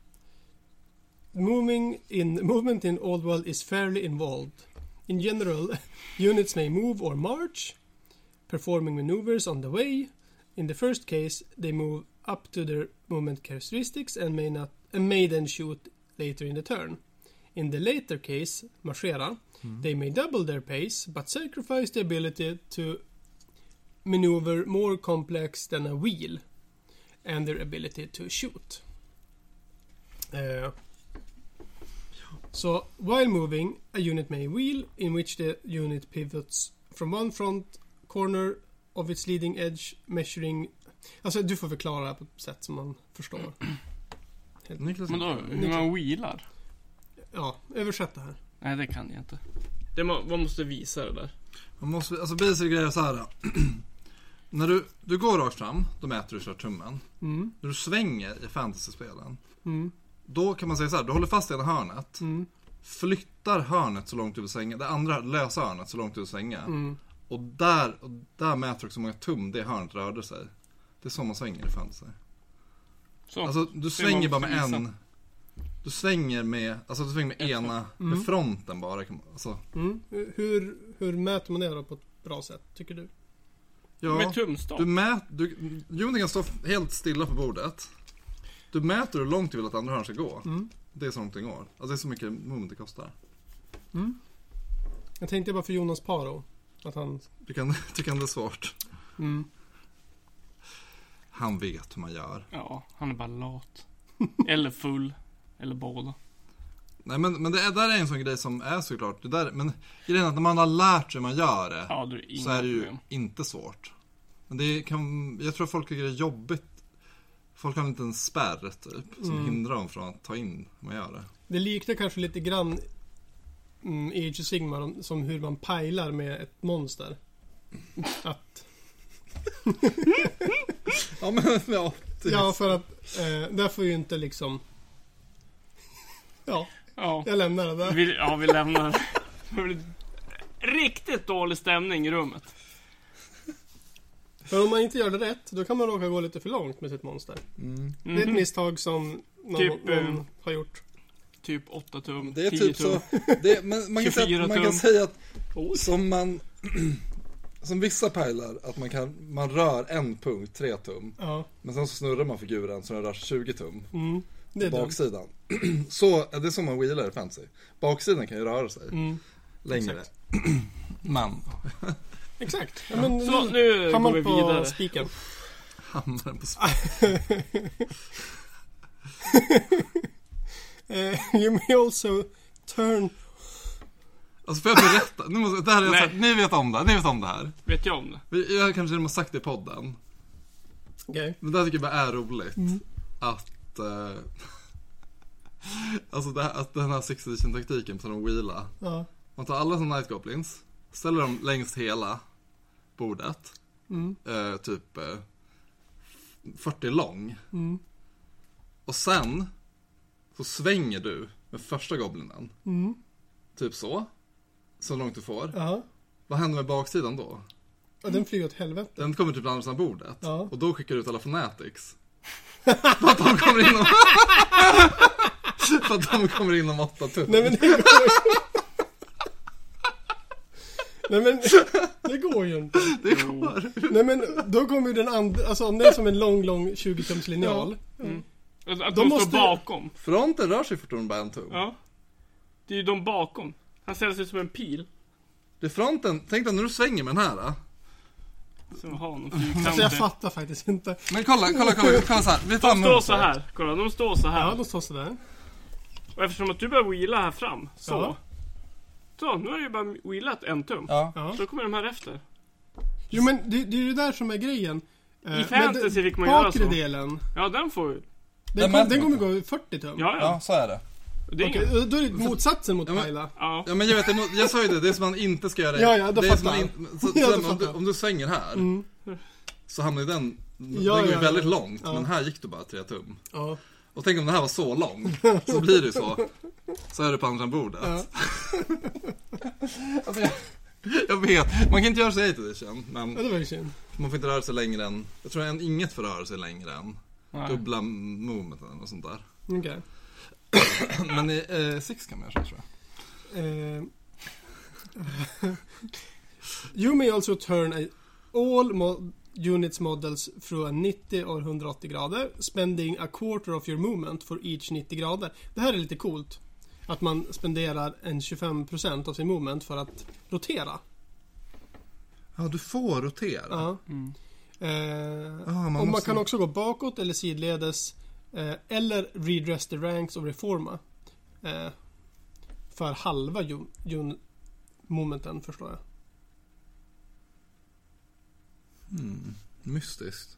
moving in movement in Old World is fairly involved. In general, units may move or march, performing maneuvers on the way. In the first case, they move up to their movement characteristics and may not and may then shoot later in the turn. In the later case, marschera, mm. they may double their pace but sacrifice the ability to maneuver more complex than a wheel and their ability to shoot. Uh, so, while moving, a unit may wheel, in which the unit pivots from one front corner of its leading edge, measuring... Alltså, du får förklara det här på ett sätt som man förstår. Men då, hur man wheelar? Ja, översätt det här. Nej, det kan jag inte. Det må, man måste visa det där. Man måste, alltså basic grejer så här. När du, du går rakt fram, då mäter du kör tummen. Mm. När du svänger i fantasyspelen, mm. då kan man säga så här, du håller fast i ena hörnet, mm. flyttar hörnet så långt du vill svänga, det andra lösa hörnet så långt du vill svänga. Mm. Och där, och där mäter du också hur många tum det hörnet rörde sig. Det är så man svänger i fantasy. Så, alltså du svänger bara med en... Du svänger med, alltså du svänger med Ett, ena, mm. med fronten bara. Alltså. Mm. Hur, hur mäter man det då på ett bra sätt, tycker du? Ja, med tumstock. Du mät, du, uniten kan stå helt stilla på bordet. Du mäter hur långt du vill att andra hörn ska gå. Mm. Det är så långt det går. Alltså det är så mycket moment det kostar. Mm. Jag tänkte bara för Jonas Paro. Att han... Du kan, du kan det är svårt. Mm. Han vet hur man gör. Ja, han är bara lat. Eller full. Eller båda. Nej, men, men det är, där är en sån grej som är såklart. Det där, men grejen är att när man har lärt sig hur man gör det, ja, det är så är det ju problem. inte svårt. Men det kan, jag tror att folk tycker det är jobbigt. Folk har inte en spärr typ, som mm. hindrar dem från att ta in hur man gör det. Det liknar kanske lite grann mm, i Age of Sigmar som hur man pajlar med ett monster. Att... ja, men ja. Ja, för att eh, där får ju inte liksom... Ja, ja, jag lämnar det där. Vi, ja, vi lämnar det. Riktigt dålig stämning i rummet. För om man inte gör det rätt, då kan man råka gå lite för långt med sitt monster. Mm. Det är ett misstag som någon, typ, någon har gjort. Typ åtta tum, det är tio typ tum. Så, det, man, man, kan säga, man kan säga att oh. som man som vissa pejlar att man kan man rör en punkt tre tum. Ja. Men sen så snurrar man figuren så den rör tjugo tum. Mm. Det är baksidan. Så det är som man wheelar i fantasy. Baksidan kan ju röra sig mm. längre. Man. Exakt. Ja, men, så nu går vi vidare. Spiken. Hammaren på spiken. uh, you may also turn. Alltså får jag berätta? Nu, måste, det här är jag sagt, ni vet om det. Ni vet om det här. Vet jag om det? Jag kanske redan har sagt det i podden. Okej. Okay. Men det här tycker jag bara är roligt. Mm. Att uh, alltså det här, att den här sex edition taktiken på de wheela. Ja. Man tar alla som Night Goblins, ställer dem längs hela bordet. Mm. Uh, typ uh, fyrtio lång. Mm. Och sen så svänger du med första goblinen. Mm. Typ så. Så långt du får. Ja. Vad händer med baksidan då? Ja, den flyger åt helvete. Den kommer typ på andra sidan bordet. Ja. Och då skickar du ut alla fanatics. För att de kommer in om... För att de kommer in om åtta tum. Nej men det går Nej men det går ju inte. Det går. Nej men då kommer ju den andra, alltså om det är som en lång lång tjugo tums linjal. Ja. Mm. Att de måste... står bakom. Fronten rör sig fortfarande bara en tum. Ja. Det är ju de bakom. Han ställer sig som en pil. Det är fronten. Tänk dig när du svänger med den här. Då. Så har någon alltså jag fattar faktiskt inte. Men kolla, kolla, kolla, kolla så här. Vi tar de står så här. Kolla, de står så här. Ja, de står så där. Och eftersom att du börjar wheela här fram, så. Ja. Så, nu har du ju bara wheelat en tum. Ja. Så kommer de här efter. Jo men det, det är ju där som är grejen. I fantasy fick man göra så. Bakre delen. Ja, den får ju. Den, kom, den kommer gå fyrtio tum. Ja, ja. Ja, så är det. Det är okay, då är det motsatsen mot ja, men, pajla. Ja. ja, men jag vet, jag, jag sa ju det, det är som man inte ska göra. Ja, ja, då det är fattar jag. In, så, ja, så, om, du, om du svänger här, mm. så hamnar ju den, ja, den går ju ja, väldigt ja. långt, ja. men här gick du bara tre tum. Ja. Och tänk om det här var så lång, så blir det så. Så är det på andra bordet. Ja. Alltså, jag, jag vet, man kan inte göra sig eight edition, men ja, det var ju synd. Man får inte röra sig längre än, jag tror att inget får röra sig längre än Nej. dubbla movementen och sånt där. Okej. Okay. Men i eh, Six kan man göra så, tror jag. Uh, you may also turn a, all mo- units models through a nittio or hundraåttio grader, spending a quarter of your movement for each nittio grader. Det här är lite coolt. Att man spenderar en tjugofem procent av sin movement för att rotera. Ja, du får rotera. Ja. Mm. Eh, Ah, man och man måste- kan också gå bakåt eller sidledes eh, eller redress the ranks och reforma eh, för halva ju, ju, momenten, förstår jag. Mm. Mystiskt.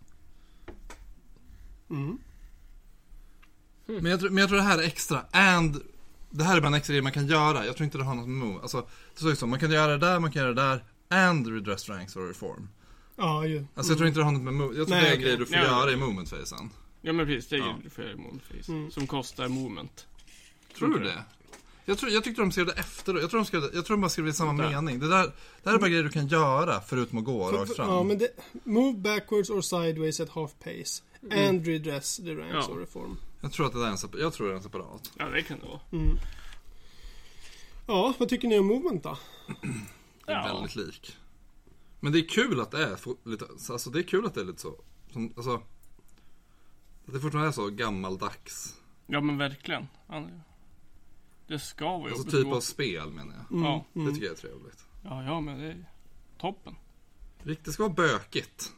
Mm. Men, jag tror, men jag tror det här är extra. And det här är bara en extra grej man kan göra. Jag tror inte det har något med move. Alltså, det står ju så. Man kan göra det där, man kan göra det där. And redress ranks or reform. Ja, ju. Alltså jag tror inte det har något med move. Jag tror Nej, det är en okej. grej du får Ja. göra i movement-fasen. Ja men precis, det är Ja. ju för moveface. Mm. Som kostar movement. Tror du det? Jag, tror, jag tyckte de skrev det efter. Jag tror de, skrev det, jag tror de bara skrev det i samma Där. mening. Det, där, det här är bara grejer du kan göra förutom att gå För- rakt för- fram. Ja, men det, move backwards or sideways at half pace. And redress the ranks Ja. or reform. Jag tror att det där är en, separ- jag tror det är en separat. Ja det kan det vara. Mm. Ja, vad tycker ni om movement då? Det är Ja. väldigt lik. Men det är kul att det är fo- lite, alltså det är kul att det är lite så. Som, alltså, att det fortfarande är så gammaldags. Ja men verkligen. Han- Det ska vara Alltså jobbigt typ att gå. av spel menar jag. Mm. Ja. Mm. Det tycker jag är trevligt. Ja, ja men det är toppen. Det ska vara bökigt.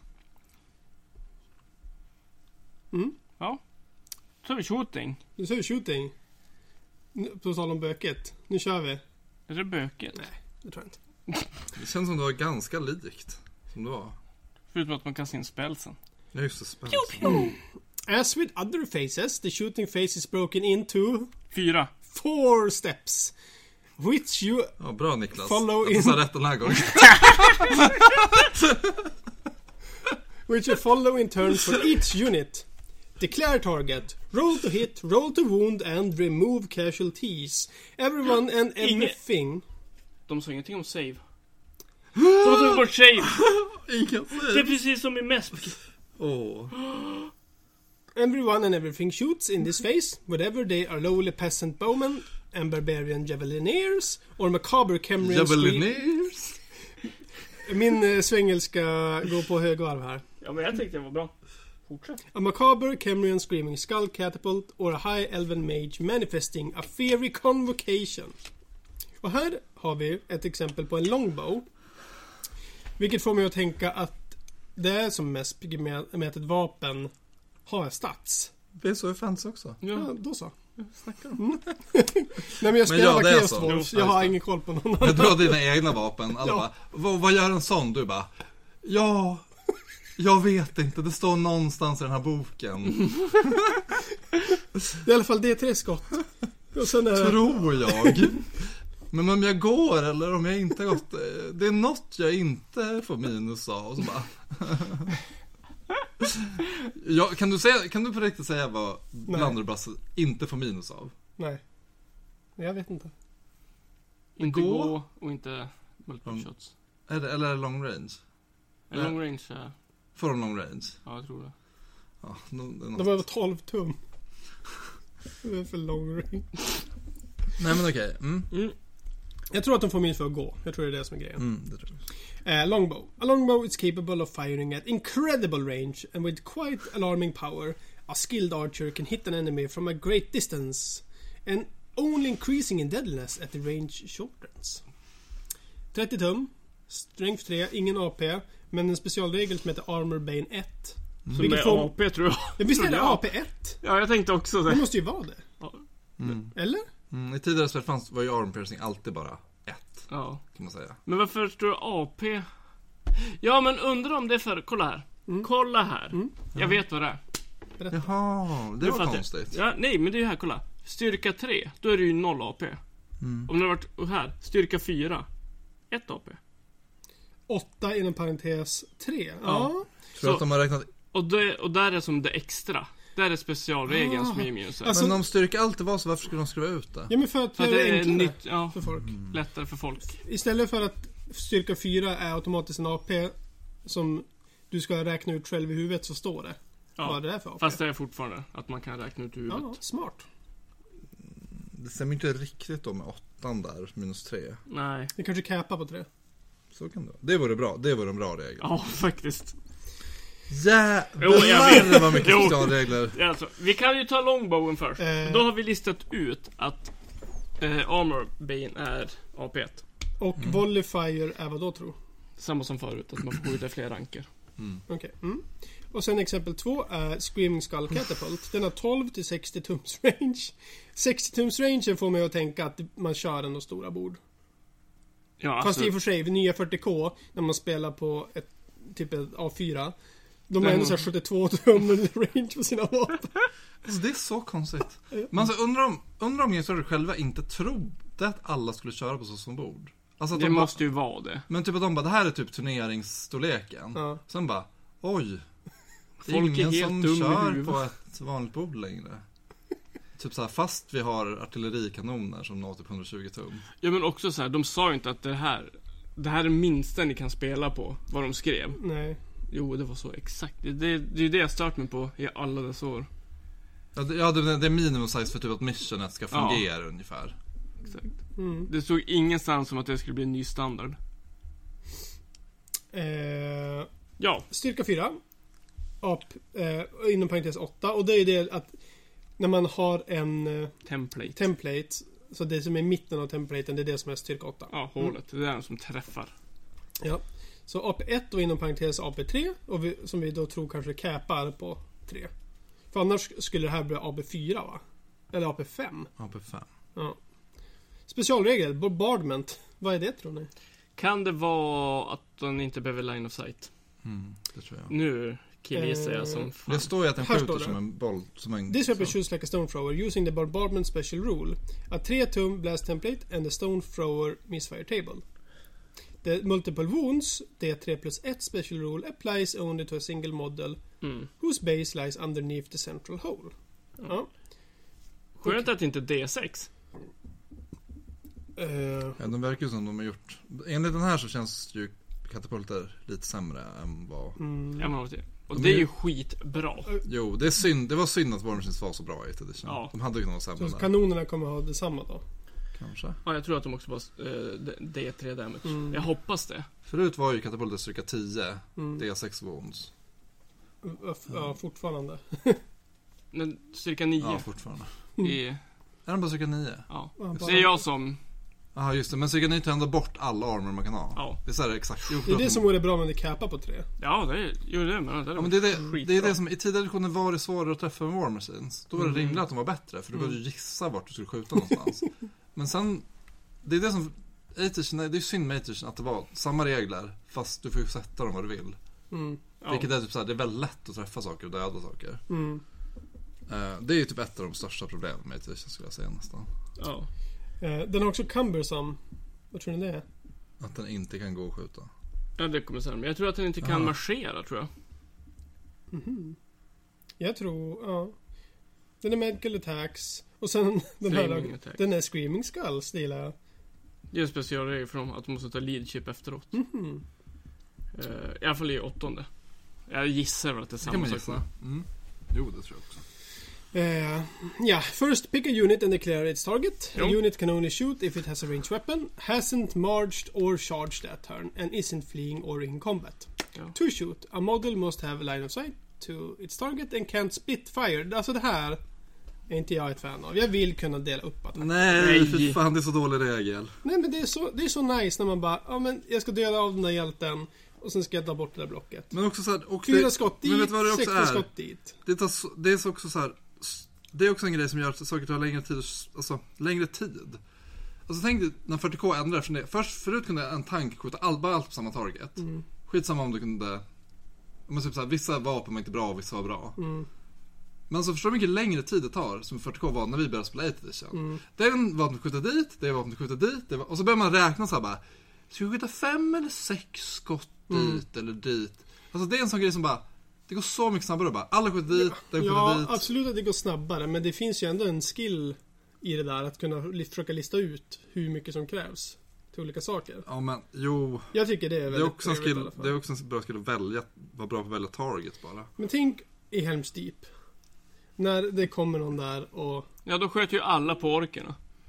Mm. Ja. Så har vi shooting. Nu kör vi shooting. Nu, på tal om böket. Nu kör vi. Är det bökigt? Nej, det tror jag inte. Det känns som det var ganska likt. Som det var. Förutom att man kastar in spelsen. Ja just det, spännande. As with other phases, the shooting phase is broken into Fyra. four steps. Which you Ja, bra Niklas. Follow jag in- sa rätt den här gången. which you follow in turn for each unit. Declare target. Roll to hit, roll to wound and remove casualties. Everyone and Inge- everything. De sa ingenting om save. De har tagit bort save. Ingen Det är precis som i M E S P. Åh. Everyone and everything shoots in this phase, whether they are lowly peasant bowmen and barbarian javelineers or macabre Cameron scream. Javelineers. Min eh, svengelska går på högvarv här. Ja men jag tyckte det var bra. Fortsätt. A macabre Cameron screaming skull catapult or a high elven mage manifesting a fiery convocation. Och här har vi ett exempel på en longbow. Vilket får mig att tänka att det är som mest med, med att ett vapen har stats. Det är så i fanns också. Ja, Ja, då så. snackar de. Mm. Nej men jag spelar ja, det är Chaos så. Wolves. Jo, Jag har just det. ingen koll på någon Jag annan. drar dina egna vapen. Alla Ja. bara, vad, vad gör en sån? Du bara, ja, jag vet inte. Det står någonstans i den här boken. Det är i alla fall D tre skott. Och sen är det... Tror jag. Men om jag går eller om jag inte gått, det är något jag inte får minus av. Och så bara. Ja, kan, du säga, kan du på riktigt säga vad Blunderbuss inte får minus av? Nej. Jag vet inte. Inte Gå. gå och inte multiple Mm. shots. Är det, eller är det long range? En long range, ja. Får de long range? Ja, jag tror det. Ja, no, det är något. De var tolv tum. Det är för lång range. Nej men okej. Mm. Mm. Jag tror att de får minus för att gå. Jag tror det är det som är grejen. Mm, det tror jag. Uh, longbow. A longbow is capable of firing at incredible range and with quite alarming power. A skilled archer can hit an enemy from a great distance and only increasing in deadliness at the range shortens. trettio tum. Strength tre. Ingen A P. Men en specialregel som heter Armor Bane ett. Som Vilket är får- A P tror jag. Men visst är det Tror jag. A P ett? Ja, jag tänkte också Det det. måste ju vara det. Mm. Eller? Mm, I tidigare spel fanns, var ju arm piercing alltid bara ett, Ja. kan man säga. Men varför står det A P? Ja, men undrar om det är för... Kolla här. Mm. Kolla här. Mm. Jag vet vad det är. Jaha, det Nu var fattar jag. konstigt. Ja, nej, men det är ju här, kolla. Styrka tre, då är det ju noll A P. Mm. Om det har varit och här, styrka fyra, ett A P. åtta inom parentes tre. Ja. Ja. Tror Så- att de har räknat. Och, det, och där är som det extra. Där är specialregeln Ah. som är minuset. Alltså- Men om styrka alltid var så, varför skulle de skriva ut det? Ja men för att För att göra det det är enklare nytt, ja, för folk. lättare för folk. Istället för att styrka fyra är automatiskt en A P som du ska räkna ut själv i huvudet så står det. Ja. Vad är det är för A P? Fast det är fortfarande att man kan räkna ut i huvudet. Ja, smart. det stämmer inte riktigt då med åttan där, minus tre. Nej. Det kanske kapar på tre. Så kan det vara. Det vore bra, det vore en bra regel. Ja, faktiskt. Jävlar Jo, jag vet. vad mycket Jo. specialregler. Alltså, vi kan ju ta longbowen först. Eh. Då har vi listat ut att eh, Armor Bane är A P ett. Och Mm. Volleyfire är vad då, tror? Samma som förut, att man får skjuta fler ranker. Okej. Mm. Och sen exempel två är Screaming Skull Catapult. Den har tolv till sextio tums range. sextio tums range får mig att tänka att man kör ändå stora bord. Ja, Fast alltså, i och för sig, vid nya fyrtio K, när man spelar på ett typ ett A fyra, de har Mm. ändå så här sjuttiotvå tum range på sina vapen. Alltså, det är så konstigt. Man så undrar om, undrar om Gamestar själva inte trodde att alla skulle köra på så som bord. Alltså att det de måste ju vara det. bara, men typ att de bara, det här är typ turneringsstorleken. Ja. Sen bara, oj. Det är Folk är ingen helt som dum i kör huvudet. på ett vanligt bord längre. Typ så här, fast vi har artillerikanoner som når typ hundratjugo tum. Ja, men också så här, de sa ju inte att det här det här är minsta ni kan spela på, vad de skrev. Nej. Jo, det var så exakt. Det, det, det är ju det jag stört mig på i alla dessa år. Ja, det, ja, det, det är minimum size för typ att missionet ska Ja. fungera ungefär. Exakt. Mm. Det stod ingenstans om att det skulle bli en ny standard. Eh, Ja, styrka fyra. Up, eh, inom parentes åtta. Och det är det att när man har en eh, template. template, så det som är i mitten av templaten, det är det som är styrka åtta. Ja, hålet. Det är den som träffar. Ja. Så A P ett och inom parentes A P tre, och vi, som vi då tror kanske capar på tre. För annars skulle det här bli A P fyra, va? Eller A P fem. A P fem. Ja. Specialregel, bombardment. Vad är det, tror ni? Kan det vara att den inte behöver line of sight? Mm, det tror jag. Nu killgissar Eh, jag som fan. Det står ju att den Här står skjuter det. som en boll. Som en, This weapon så. shoots like a stone thrower using the bombardment special rule. A three tum blast template and the stone thrower misfire table. The multiple wounds, D tre plus ett special rule, applies only to a single model Mm. whose base lies underneath the central hole. Ja. Skönt att det inte är D sex. Eh, Ja, de verkar ju som de har gjort. Enligt den här så känns ju katapulter lite sämre än vad... mm, Ja, men, och De det är är- ju skitbra. Jo, det är synd. Det var synd att War Machines var så bra i ett edition. Ja. De hade ju kunnat vara sämre så där. kanonerna kommer ha detsamma då. Kanske. Ja, jag tror att de också var eh, D tre damage. Mm. Jag hoppas det. Förut var ju katapulter styrka tio. Mm. D sex wounds. Ja, fortfarande. Men styrka nio Ja, fortfarande. är... Är de bara styrka nio? Ja. Ja, Det är jag som... Jaha, just det. Men styrka nio tar ändå bort alla armor man kan ha. Ja. Det är så här exakt. Jo, Det är det som vore bra med det capar på tre. Ja, det är... Jo, det är men det är Ja, men det är det, skitbra. det är det som i tidigare editioner var det svårare att träffa med War Machines. Då var det Mm. rimligt att de var bättre. För du Mm. kunde ju gissa vart du skulle skjuta någonstans. Men sen, det är det som Eightersen, det är synd med Eightersen att det var samma regler. Fast du får ju sätta dem vad du vill. Mm. Ja. Vilket är typ så här, det är väldigt lätt att träffa saker och döda saker. Mm. Eh, det är ju typ ett av de största problemen med Eightersen skulle jag säga nästan. Ja. Eh, den har också cumbersome. Vad tror ni det är? Att den inte kan gå och skjuta. Ja, det kommer sen. Men jag tror att den inte kan Ja. marschera, tror jag. Mhm. Jag tror, ja. Den är medical attacks. Och sen den Flaming här, attack. den är screaming skulls, det gillar jag. Det är en specialregel för dem att de måste ta leadership efteråt. Mhm. Eh, I alla fall i åttonde. Jag gissar väl att det är Det kan samma man sak. gissa. Mm. Jo, det tror jag också. Eh, ja, first pick a unit and declare its target. A Jo. unit can only shoot if it has a ranged weapon, hasn't marched or charged that turn, and isn't fleeing or in combat. Ja. To shoot, a model must have a line of sight to its target and can't spit fire. Alltså det här är inte jag ett fan av. Jag vill kunna dela upp attacker. Nej, Nej. för fan det är så dålig regel. Nej, men det är så, det är så nice när man bara, ja men jag ska döda av den där hjälten och sen ska jag ta bort det där blocket. Men också så här, och Fyra det, skott dit, men vet du vad det också sexton är? skott dit. Det, tar, så- det är så också så här. Det är också en grej som gör att saker tar längre tid, alltså längre tid. Alltså tänk dig när fyrtio K ändrar från det. Först, förut kunde en tank skjuta all, bara allt på samma target. Mm. Skitsamma om du kunde, men typ så här, vissa vapen var inte bra och vissa var bra. Mm. Men så förstår du hur mycket längre tid det tar som fyrtio K var när vi började spela eight edition. Mm. Den vapnet skjuta dit, det vapnet skjuta dit, det var, och så börjar man räkna så här bara. Ska vi skjuta fem eller sex skott Mm. dit eller dit? Alltså det är en sån grej som bara, det går så mycket snabbare bara. Alla skjuter dit, den skjuter Ja, dit. absolut att det går snabbare, men det finns ju ändå en skill i det där att kunna li- försöka lista ut hur mycket som krävs till olika saker. Ja men, jo. Jag tycker det är Det är, väldigt också en trevligt i skill, alla fall. det är också en bra skill att välja, vara bra på att välja targets bara. Men tänk i Helm's Deep. När det kommer någon där och... Ja, då sköt ju alla på orkerna.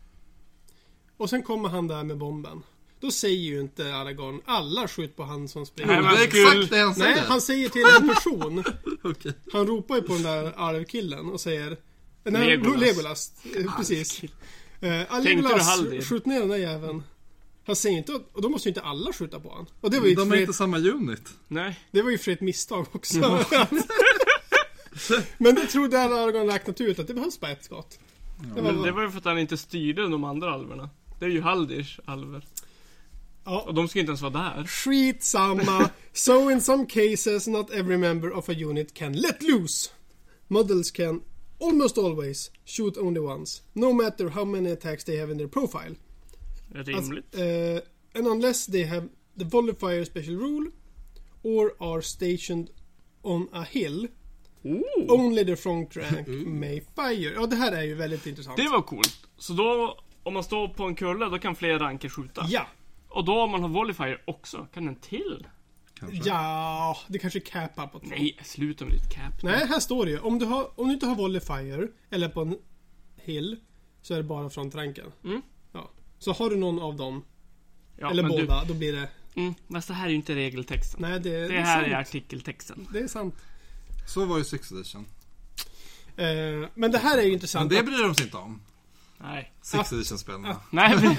Och sen kommer han där med bomben. Då säger ju inte Aragorn alla skjut på han som springer. Nej, Det men är skulle- exakt det han säger. Nej, han säger till en person. Okej. Han ropar ju på den där alvkillen och säger... Nej, Legolas. Legolas. eh, Precis. Eh, Tänkte du Legolas, Haldir? skjut ner den där jäveln. Han säger inte... Och då måste ju inte alla skjuta på han. Och det var ju, De för är ett, inte samma unit. Nej. det var ju för ett misstag också. Men det trodde Aragorn räknat ut att det behövs bara ett skott. Det var, Men det var ju för att han inte styrde de andra alverna. Det är ju Haldirs alver. ja. Och de ska inte ens vara där. Skitsamma. So in some cases not every member of a unit can let loose. Models can almost always shoot only once. No matter how many attacks they have in their profile. Rimligt. Alltså, eh, and unless they have the volley fire special rule or are stationed on a hill. Oh, Only the front rank may fire. Ja, det här är ju väldigt intressant. det var coolt. Så då, om man står på en kulle, då kan fler ranker skjuta. Ja. Och då om man har volleyfire också, kan en till? Kanske. Ja, det kanske capar på två. Nej, sluta med ditt cap. Nej, här står det ju. Om du, har, om du inte har volley fire eller på en hill så är det bara frontranken. Mm. Ja. Så har du någon av dem, Ja, eller men båda, då blir det... Du, mm, men så här är ju inte regeltexten. Nej, det, det, det är här sant. är artikeltexten. Det är sant. Så var ju Six Edition. Eh, men det här är ju Men intressant. det att bryr de sig inte om. Nej. Six Edition-spelarna. Nej, men,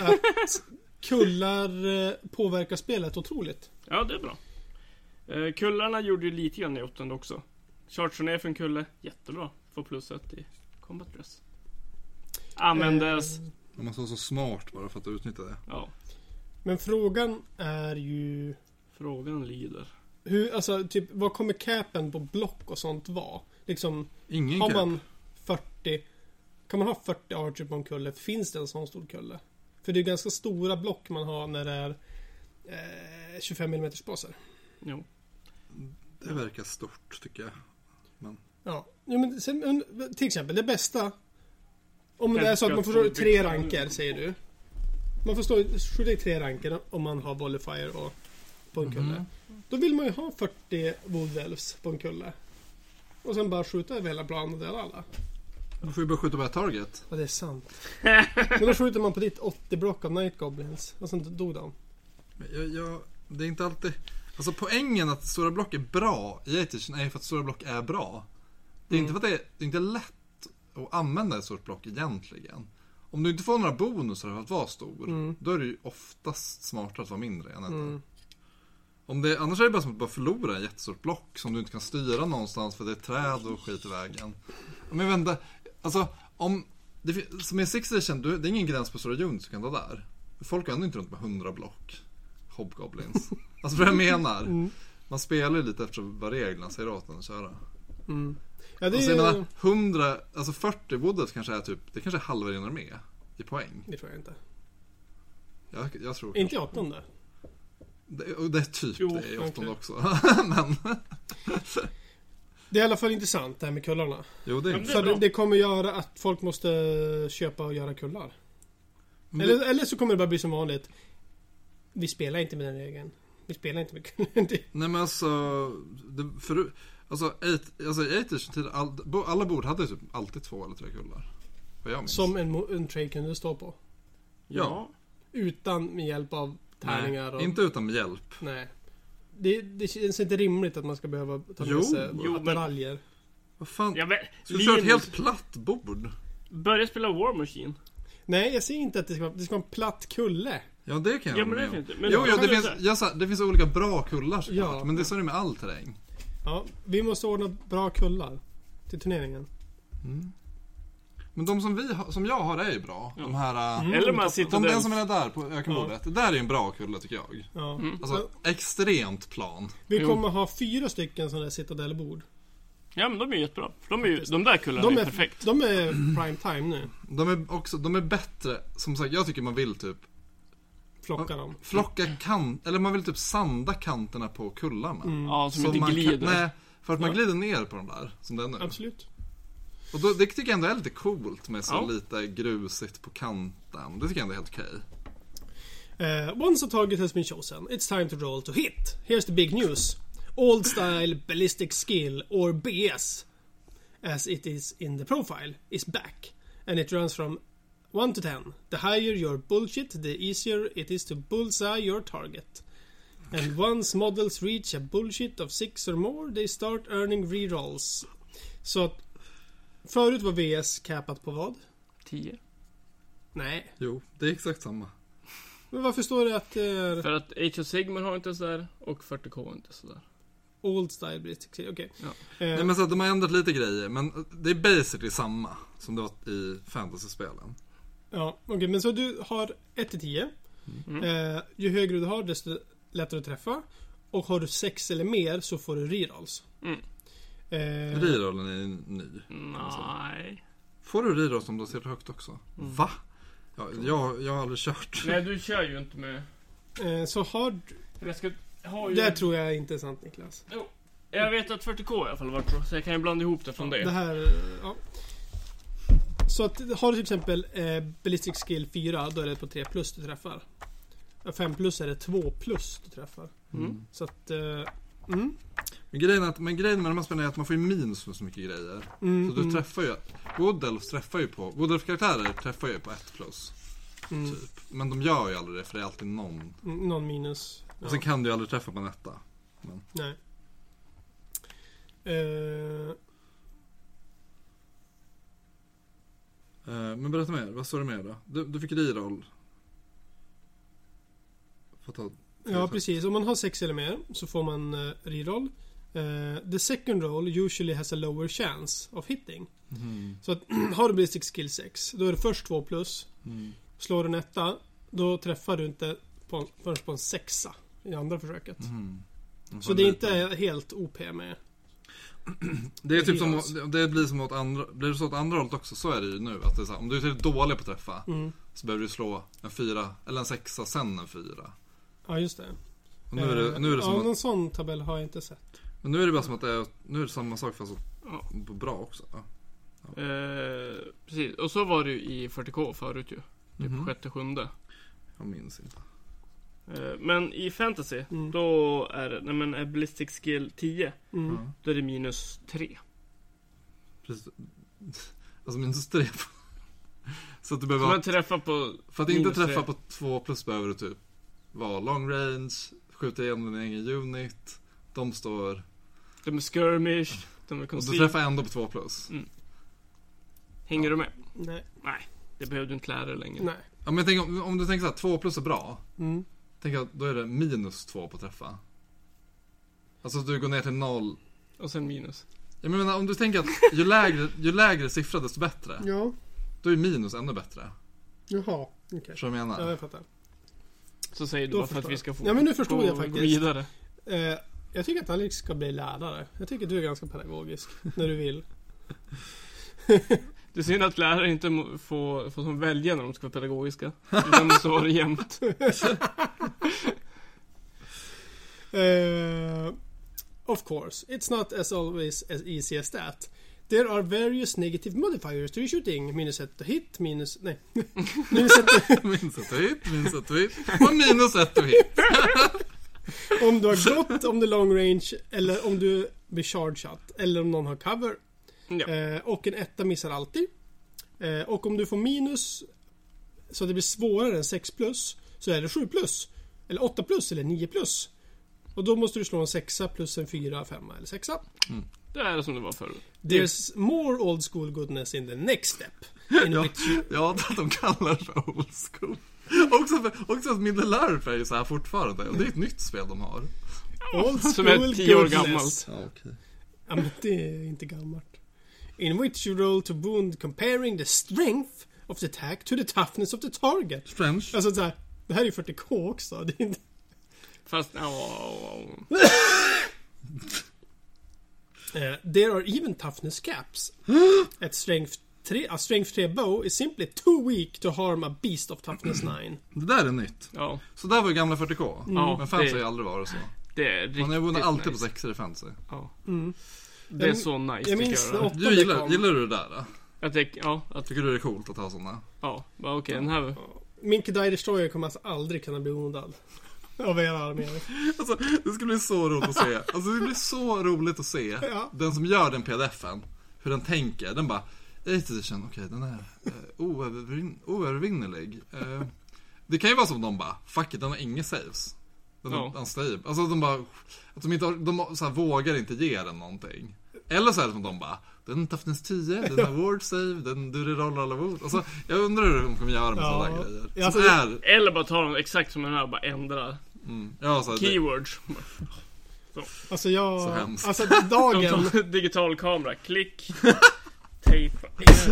kullar eh, påverkar spelet otroligt. ja, det är bra. Eh, kullarna gjorde ju lite grann i åttonde också. Charge ner för en kulle, jättebra. Får plus ett i combat dress. Användes, Eh, De måste vara så smart bara för att utnyttja det. ja, men frågan är ju... frågan lyder. Hur, alltså, typ, vad kommer capen på block och sånt vara? Liksom, Ingen har cap. man fyrtio... Kan man ha fyrtio archer på en kulle? Finns det en sån stor kulle? För det är ganska stora block man har när det är eh, tjugofem millimeter baser. Jo. Det verkar stort tycker jag. Men Ja, jo, men sen, men, till exempel det bästa. Om det Jag är så att man ska får få tre byxa ranker, nu. säger du. Man får stå, skjuta i tre ranker om man har volleyfire och på en kulle. Då vill man ju ha fyrtio woodwelves på en kulle. Och sen bara skjuta över hela planen och dela alla. du får ju bara skjuta på ett target. Ja, det är sant. Men då skjuter man på ditt åttio block av Night Goblins. Och sen dog de. Men jag, jag, det är inte alltid... Alltså poängen att stora block är bra i Edition är för att stora block är bra. Det är Mm. inte för att det är, det är inte lätt att använda ett stort block egentligen. Om du inte får några bonusar för att vara stor, Mm. då är det ju oftast smartare att vara mindre än ett. Mm. Om det, annars är det bara som att bara förlora ett jättestort block som du inte kan styra någonstans för det är träd och skit i vägen. Men vänta, alltså om det, fin- som är Six Edition, du, det är ingen gräns på stora units du kan ta där. Folk har ändå inte runt med hundra block Hobgoblins. Alltså vad jag menar. Mm. Man spelar ju lite efter vad reglerna säger åt en att köra. Mm. Ja, det Alltså jag är... menar, hundra, alltså fyrtio woodet kanske är typ, det kanske är halva din armé i poäng. Det tror jag inte. Jag, jag tror Inte i åttonde. det, och det är typ Jo, det i åttonde okej. också. Men, Det är i alla fall intressant det här med kullarna. jo det är Ja, men För bra. det, det kommer göra att folk måste köpa och göra kullar. Men det- Eller, eller så kommer det bara bli som vanligt. Vi spelar inte med den regeln. Vi spelar inte med kullar. Nej men alltså, det, för, alltså, eight, alltså i eight edition tid, all, bo- alla bord hade typ alltid två eller tre kullar. Vad jag minns. Som en, mo- en trade kunde stå på. Ja. Utan med hjälp av tärningar Nej, och... inte utan hjälp. Nej. Det, det känns inte rimligt att man ska behöva ta med Jo, sig jo, men- attiraljer. Vad fan? Jag vet, Ska du köra ett Linus, helt platt bord? börja spela War Machine. Nej, jag säger inte att det ska, det ska vara en platt kulle. Ja det kan jag Ja, hålla men det med om. finns det. Men Jo, då jo kan det, du finns, säga- jag sa, det finns olika bra kullar såklart. Ja. Men det är så är det med all terräng. Ja, vi måste ordna bra kullar till turneringen. Men de som, vi har, som jag har är ju bra. De här... äh, Eller man de, sitter de, där. den som är där på ökenbordet. Det där är ju en bra kulle tycker jag. Ja. Alltså extremt plan. Vi Jo. kommer ha fyra stycken sådana där citadellbord. Ja, men de är jättebra. För de, är ju, de där kullarna De är, är, perfekt. de är prime time nu. De är också, de är bättre. Som sagt, jag tycker man vill typ Flocka dem. flocka kant, eller man vill typ sanda kanterna på kullarna. Ja, som Så inte man glider. Kan, nej, för att man Ja. glider ner på de där, som det är nu. Absolut. Och då, det tycker jag ändå är lite coolt med så Ja. lite grusigt på kanten. Det tycker jag ändå är helt okej. Uh, once a target has been chosen, it's time to roll to hit. Here's the big news. Old style ballistic skill, or B S, as it is in the profile, is back. And it runs from one to ten. The higher your bullshit, the easier it is to bullseye your target. And once models reach a bullshit of six or more, they start earning rerolls. Så att förut var V S capat på vad? tio. Nej. Jo, det är exakt samma. Men varför står det att det är För att Age of Sigmar har inte sådär och fyrtio K har inte sådär. old style ballistic? Okej. Okay. Ja. Eh, Nej, men så att de har ändrat lite grejer, men det är basically samma som det var i fantasy-spelen. ja, okej. Okay, men så du har ett till tio. Mm. Eh, ju högre du har, desto lättare att träffa. Och har du sex eller mer så får du rerolls. Mm. Eh, Rerollen är ny. Nej. Får du rerolls om du ser högt också? Mm. Va? Ja, jag, jag har aldrig kört. Nej, du kör ju inte med... eh, så har du... För jag ska... jag har ju... Det tror jag är inte sant, Niklas. Jo. Jag vet att fyrtio K i alla fall var så. Så jag kan ju blanda ihop det från det. Det här, ja. Så att har du till exempel eh, ballistic skill fyra, då är det på tre plus du träffar. fem plus är det två plus du träffar. Mm. Så att... Eh, mm. Men grejen, är att, men grejen med de här spelen är att man får ju minus för så mycket grejer. Mm, Så du mm, träffar ju... Wood Elves träffar ju på... Wood Elf-karaktärer träffar ju på ett plus. mm, Typ. Men de gör ju aldrig det, för det är alltid någon. mm, någon minus. Och Ja. sen kan du ju aldrig träffa på en etta. Men... Nej. Eh, Eh, men berätta mer, vad står det mer då? Du, du fick reroll. Får ta... ja, precis. Om man har sex eller mer så får man uh, reroll. Uh, the second roll usually has a lower chance of hitting. Mm. Så att har du ballistic skill sex, då är det först två plus. Mm. Slår du en etta, då träffar du inte på, först på en sexa i andra försöket. Mm. Så det är inte helt O P med. Det är typ som, Heroes. det blir som åt andra, blir det så åt andra hållet också, så är det ju nu att det är så här, om du är tillräckligt dålig på att träffa Mm. så behöver du slå en fyra eller en sexa, sen en fyra. Ja, just det. Och nu är det, nu är det som ja, att, någon sån tabell har jag inte sett. men nu är det bara som att det är, nu är det samma sak fast Ja. på bra också. Ja. Eh, precis. Och så var det ju i fyrtio K förut ju. Typ Mhm. sjätte, sjunde. Jag minns inte. Eh, men i fantasy, Mm. då är det, nej men är ballistic skill tio, Mm. Ja. då är det minus tre. Precis. Alltså minus tre. Så att du Så behöver man ha, träffar på för att inte minus träffa tre. på två plus behöver du typ vara long range, skjuta igenom din egen unit. De står, De är skirmish, de är och du concealed. träffar ändå på två plus. Hänger du med? Nej. Nej, det behöver du inte lära dig längre. Nej. Ja, men jag tänker, om, om du tänker så här, två plus är bra. Mm. Tänk att då är det minus två på träffa. Alltså att du går ner till noll. Och sen minus. Jag menar, om du tänker att ju lägre, ju lägre siffra desto bättre. Ja. Då är minus ännu bättre. Jaha. Okej. Förstår du vad jag menar? Ja, jag fattar. Så säger du Då bara för att förstår vi jag. ska få Ja, men nu förstod få jag faktiskt. gå vidare. Eh, jag tycker att Alex ska bli lärare. Jag tycker att du är ganska pedagogisk. När du vill. Det är synd att lärare inte må- får, får som välja när de ska vara pedagogiska. Det måste vara jämnt. Uh, of course, it's not as always as easy as that. There are various negative modifiers to your shooting. Minus ett to hit, minus... Nej. minus ett to, minus ett hit, minus ett hit. Och minus ett hit. om du har gått, om du är long range, eller om du blir charge shot, eller om någon har cover. Ja. Eh, och en etta missar alltid. Eh, och om du får minus, så att det blir svårare än sex plus, så är det sju plus. Eller åtta plus, eller nio plus. Och då måste du slå en sexa plus en fyra, femma eller sexa. Det är som det var förut. There's more old school goodness in the next step. In Ja, which you... ja, att de kallar det för old school. Också, för, också att Middle Earth är ju så här fortfarande. Och det är ett nytt spel de har. Old Som är school tio år goodness. gammalt. Ja, okej. Ja, men det är inte gammalt. In which you roll to wound comparing the strength of the attack to the toughness of the target. French. Alltså så här, det här är ju fyrtio K också. Det är inte... Fast, ja, ja, Uh, there are even toughness caps. At strength three, a strength three bow is simply too weak to harm a beast of toughness nine. Det där är nytt. ja. Så där var ju gamla fyrtio K. Ja, Men fantasy det- har ju aldrig varit så. Det är riktigt Man har vunnit alltid nice. på sexor i fantasy. Ja. Mm. Det är Jag- så nice jag tycker minns jag. när det. åt- Du gillar, gillar du det där då? Att det, ja, att, Tycker du det är coolt att ha sådana? ja, bara okej, den här. Min Kedai Destroyer kommer alltså aldrig kunna bli ondad. Av era arméer. Alltså, det skulle bli så roligt att se. Alltså, det blir så roligt att se Ja. den som gör den pdfen, hur den tänker. Den bara, eighth edition, okej, okay, den är eh, oövervin- oövervinnelig. Eh, det kan ju vara som de bara, fuck it, den har inga saves. Den är Ja. unstable. Alltså de bara, att de inte har, de så här, vågar inte ge den någonting. Eller så är det som de bara, den toughness tio, den har ward save, den du rollar alla ward. Alltså, jag undrar hur de kommer göra med Ja. sådana grejer. Som Ja, alltså, är, Eller bara ta dem exakt som den här, bara ändra mm, ja, så här, det, keywords. Alltså jag... Så hemskt. Alltså De dagen... tar digital kamera, klick. Tejpa.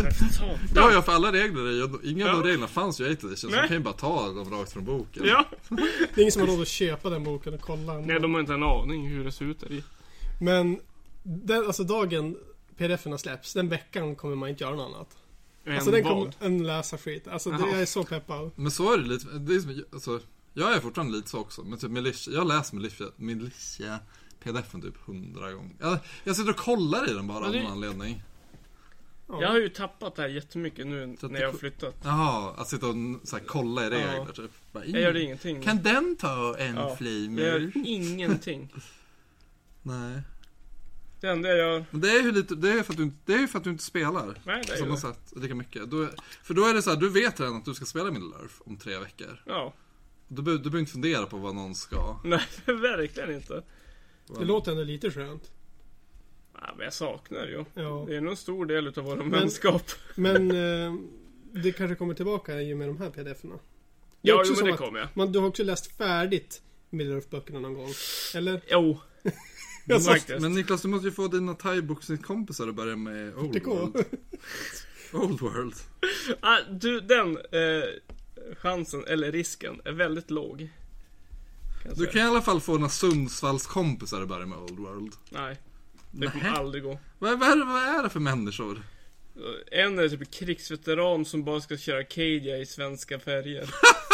ja, ja, för alla regler är ju, inga Ja. av de reglerna fanns ju i eighth edition, så Nej. de kan ju bara ta dem rakt från boken. Ja. Det är ingen som har råd att köpa den boken och kolla den. Nej, de har inte en aning hur det ser ut där i. Men den, alltså dagen pdf-erna släpps, den veckan kommer man inte göra något annat. En Alltså den vad? kommer en läsa skit. Alltså det, Jaha. jag är så peppad. Men så är det lite, det är som, alltså, jag är fortfarande lite så också, men typ militia, jag läser militia, militia pdf-en typ hundra gånger. Jag, jag sitter och kollar i den bara Ja, av det- någon anledning. Ja. Jag har ju tappat det här jättemycket nu Så att när det- jag har flyttat. Jaha, att sitta och så här, kolla i regler Ja. typ. Bara, Jag gör det ingenting. Kan den ta en Ja. flamer? Jag gör ingenting. Nej. Det enda jag gör... Men det är ju lite, det är för att du, inte- det är ju för att du inte spelar. Nej, det är Som ju har det. sagt lika mycket. Då är, för då är det så här, du vet redan att du ska spela Middle Earth om tre veckor. Ja. Du, be- du behöver inte fundera på vad någon ska. Nej, verkligen inte. Det låter ändå lite skönt. Ja, men jag saknar det ju. Ja. Det är nog en stor del utav vår vänskap. Men eh, det kanske kommer tillbaka i och med de här pdf-erna. Det är Ja, också jo, men som det att kommer jag. man, du har också läst färdigt Middle-earth-böckerna någon gång. Eller? Jo. Alltså, Faktiskt. Men Niklas, du måste ju få dina thai-boxning-kompisar att börja med Old det går. World. Old World. Ah, du, den eh, chansen, eller risken, är väldigt låg. Kan jag Du säga. kan i alla fall få dina Sundsvalls kompisar att börja med Old World. Nej. Det kommer Nähä. aldrig gå. Vad, vad, är, det- vad är det för människor? En är typ krigsveteran som bara ska köra Cadia i svenska färger.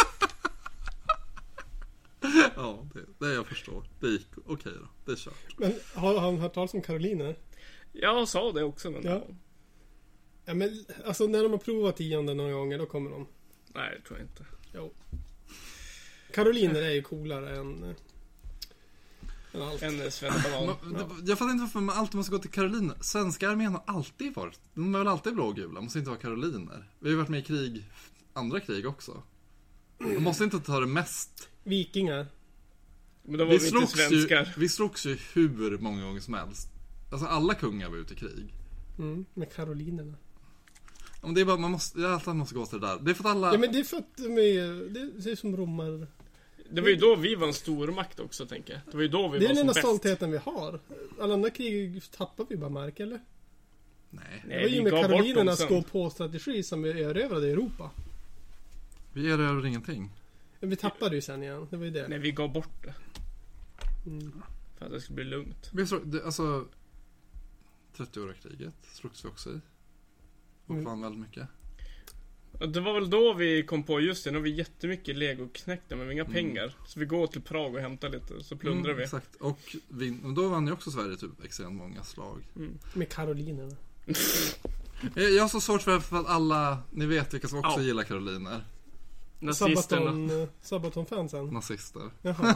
Ja, det, det jag förstår. Det gick okej då. Det är kört. Men har han hört talas om Karoliner? Jag sa det också, men... Ja. Ja men alltså när de har provat tionde några gånger då kommer de. Nej, det tror jag inte. Jo. Karoliner är ju coolare än, eh, än allt. En är svennebanan. Men, det, jag fattar inte varför man alltid måste gå till Karoliner. Svenska armén har alltid varit, de är väl alltid blågula, måste inte vara karoliner. Vi har ju varit med i krig, andra krig också. De måste inte ta det mest. Vikingar. Men då var Vi vi, inte slogs, ju, svenskar. vi slogs ju hur många gånger som helst. Alltså alla kungar var ute i krig. Mm, med karolinerna. Ja, men det är bara, man måste, jag alltid måste gå till det där. Det är för att alla... Ja men det är för att de är, det är som romar. Det var ju då vi var en stormakt också, tänker jag. Det var ju då vi Det är var den som enda bäst. stoltheten vi har. Alla andra krig tappar vi bara mark eller? Nej, Det var Nej, ju vi med gav bort dem karolinernas sen. gå på strategi som vi erövrade Europa. vi erövrar ingenting. Men vi tappade ju sen igen, det var ju det. Nej, vi gav bort det. Mm. För att det skulle bli lugnt. Vi slog, det, alltså... trettioåriga kriget slogs vi också i. Och Mm. fan väldigt mycket. Och det var väl då vi kom på, just det, nu har vi jättemycket lego knäckta men vi har inga Mm. pengar. Så vi går till Prag och hämtar lite, så plundrar Mm, vi. exakt. Och vin, och då vann ju också Sverige typ extremt många slag. Mm. Med karolinerna. Jag, jag har så svårt för, för att alla, ni vet vilka som också Ja. gillar karoliner. Nazisterna. Sabaton, eh, Sabaton-fansen. Nazister. Jaha.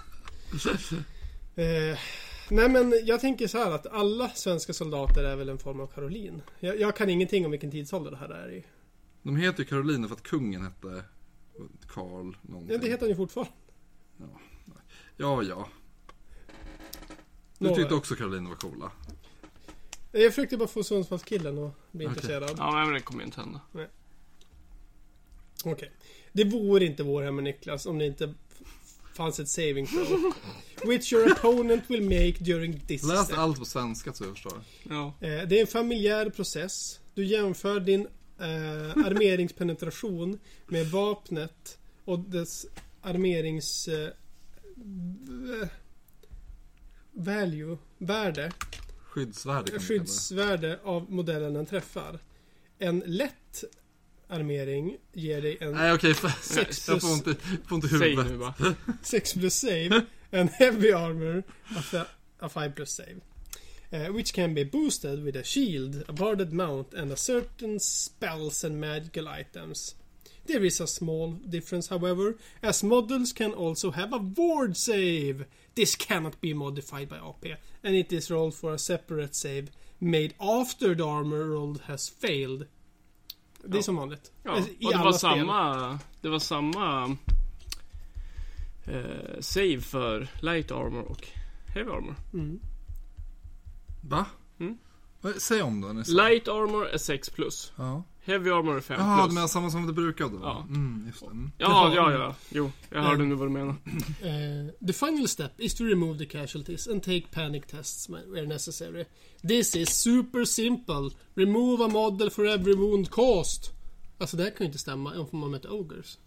eh, nej men jag tänker så här att alla svenska soldater är väl en form av karolin. Jag, jag kan ingenting om vilken tidsålder det här är i. De heter ju karoliner för att kungen hette Karl någonting. Ja, det heter han ju fortfarande. Ja, ja. Du Nåväl. tyckte också karoliner var coola. Jag försökte bara få Sundsvallskillen att bli Okej. intresserad. Ja, men det kommer ju inte hända. Okej. Det vore inte Warhammer Niklas om det inte f- fanns ett saving throw. Which your opponent will make during this Läs step. allt på svenska så jag förstår. Ja. Eh, det är en familjär process. Du jämför din eh, armeringspenetration med vapnet och dess armerings eh, v- value, värde, Skyddsvärde kan man skyddsvärde av modellen den träffar. En lätt armering ger dig en kalla det. Nej okej, för, sex jag får plus, inte, får inte Säg huvudet. nu bara. sex plus save, en heavy armor, a, fa- a five plus save. Uh, which can be boosted with a shield, a barded mount and a certain spells and magical items. There is a small difference however, as models can also have a ward save. This cannot be modified by A P, and it is rolled for a separate save made after the armor roll has failed. Det är Ja. som vanligt. Ja, I och det alla var spel. samma, det var samma eh, save för light armor och heavy armor. Mm. Va? Mm. Vad- Säg om då. Light armor är sex plus. Ja. Heavy armor är fem Jaha, plus. du menar samma som det brukade då? Ja. Mm, just det. Mm. Ja, ja, ja. Jo, jag hörde Mm. nu vad du menar. Uh, the final step is to remove the casualties and take panic tests where necessary. This is super simple. Remove a model for every wound caused. Alltså det här kan ju inte stämma om man möter ogres.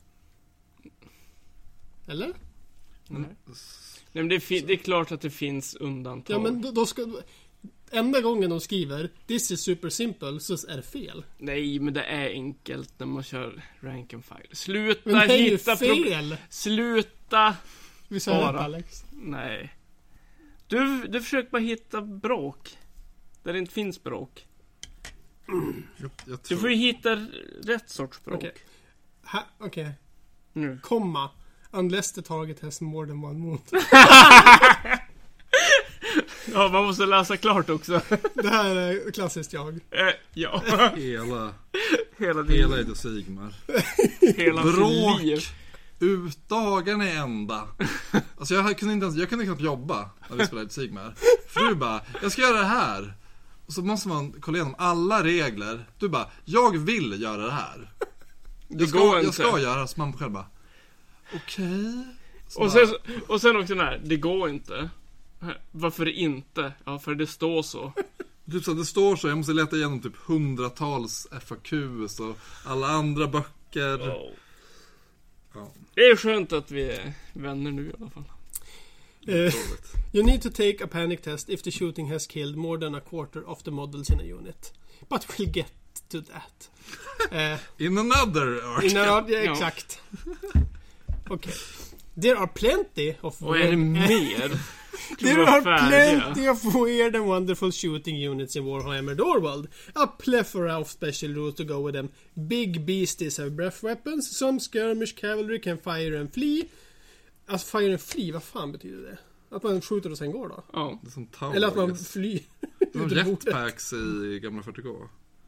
Eller? Nej. Nej, men det är, fi- det är klart att det finns undantag. Ja men då, då ska... Enda gången de skriver This is super simple så är det fel. Nej, men det är enkelt när man kör rank and file. Sluta Men det är ju hitta pro- fel! Sluta! Vi sa Bara. det Alex. Nej. Du, du försöker bara hitta bråk. Där det inte finns bråk. Jag, jag Du tror... får ju hitta rätt sorts bråk. Okej. Ha- Okej. Nu. Komma. Unless the target has more than one wound. Ja, man måste läsa klart också. Det här är klassiskt jag. Eh, ja. Hela, Hela din... hela Age of Sigmar. Hela Bråk! ditt liv. Ut dagarna är enda. Alltså jag kunde inte ens, jag kunde knappt jobba när vi spelade Sigmar. För du bara, jag ska göra det här. Och så måste man kolla igenom alla regler. Du bara, jag vill göra det här. Det Jag ska, går jag inte. ska göra, så man själv bara, okej. Så Och bara, sen, och sen också den här, det går inte. Varför inte? Ja, för det står så. typ så, det står så, jag måste leta igenom typ hundratals F A Qs och alla andra böcker. Oh. Ja, Det är skönt att vi är vänner nu i alla fall. Eh, dåligt. you need to take a panic test if the shooting has killed more than a quarter of the models in a unit. But we'll get to that. Eh, In another arc. innan, ja, Ja. exakt. Okej. There are plenty of... Och är det mer? There vara are färdiga. plenty of weird and wonderful shooting units in Warhammer Dorworld. A plethora of special rules to go with them. Big beasties have breath weapons. Some skirmish cavalry can fire and flee. Alltså fire and flee, vad fan betyder det? Att man skjuter och sen går då? Ja. Det är som Tau, Eller att man I guess. flyr. Det var ut ur bordet. jetpacks i gamla fyrtio K.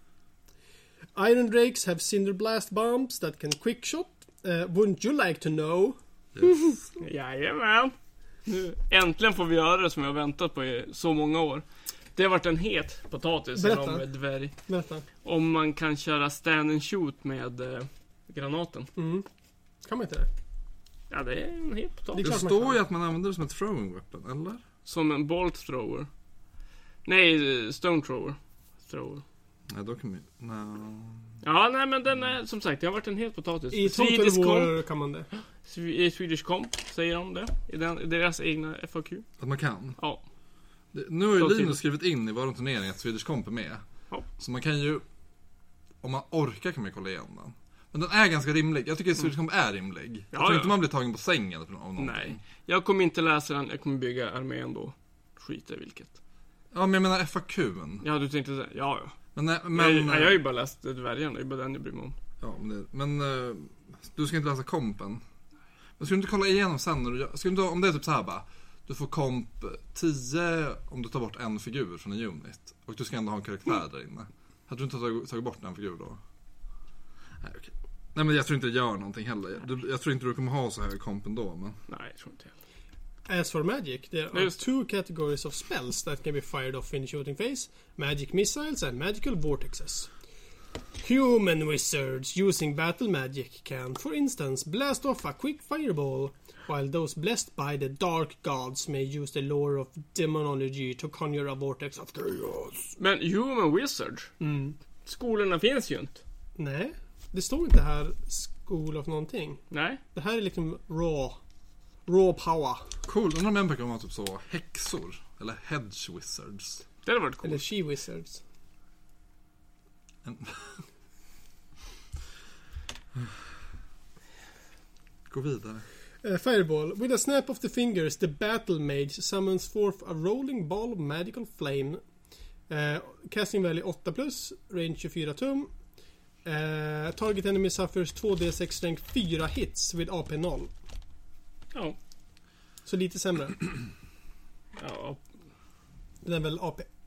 Iron Drakes have cinder blast bombs that can quickshot. Uh, wouldn't you like to know? Yes. Jajamän. Nu, äntligen får vi göra det som jag har väntat på i så många år. Det har varit en het potatis Berätta. om dvärg. Berätta. Om man kan köra stand and shoot med eh, granaten. Mm. Kan man inte det? Ja, det är en het Det är potatis. Det klart man står kan. ju att man använder det som ett throwing weapon, eller? Som en bolt thrower. Nej, eh, stone thrower. Thrower. Nej, då kan vi... No. Ja, nej men den är som sagt, det har varit en het potatis. I Swedish Total Comp, War kan man det. i Swedish Comp säger de det. I, den, i deras egna F A Q. Att man kan. Ja. Det, nu har ju Så till- Linus skrivit in i vår turnering att Swedish Comp är med. Ja. Så man kan ju... Om man orkar kan man ju kolla igenom den. Men den är ganska rimlig. Jag tycker att Swedish Comp är rimlig. Jag Ja, tror ja. inte man blir tagen på sängen av någonting. Nej. Jag kommer inte läsa den, jag kommer bygga armén då. Skit i vilket. Ja, men jag menar F A Q:n. Ja, du tänkte säga, ja ja. Men, nej, men, Men, jag, jag har ju bara läst dvärgarna, det är bara den jag bryr mig om. Ja, men, det, men eh, du ska inte läsa kompen. Men ska du inte kolla igenom sen när du gör, ska du inte, om det är typ så här bara, du får komp tio om du tar bort en figur från en unit. Och du ska ändå ha en karaktär där inne. Hade du inte tagit, tagit bort en figur då? Nej, okej. Nej, men jag tror inte det gör någonting heller. Du, jag tror inte du kommer ha så hög komp ändå, men... Nej, jag tror inte heller. As for magic, there are Just. two categories of spells that can be fired off in the shooting phase. Magic missiles and magical vortexes. Human wizards using battle magic can, for instance, blast off a quick fireball, while those blessed by the dark gods may use the lore of demonology to conjure a vortex of chaos. Men Human Wizard, Mm. skolorna finns ju inte. Nej, det står inte här School of någonting. Nej. Det här är liksom raw. Raw power. Cool, undrar om en kan vara typ så häxor. Eller hedge wizards. Det hade varit Eller coolt. she wizards. En... Gå vidare. Uh, fireball. With a snap of the fingers, the battle mage summons forth a rolling ball of magical flame. Uh, casting value åtta plus, range tjugofyra tum. Uh, target enemy suffers två d sex strength fyra hits with A P noll. Ja. Så lite sämre. Ja. Den är väl A P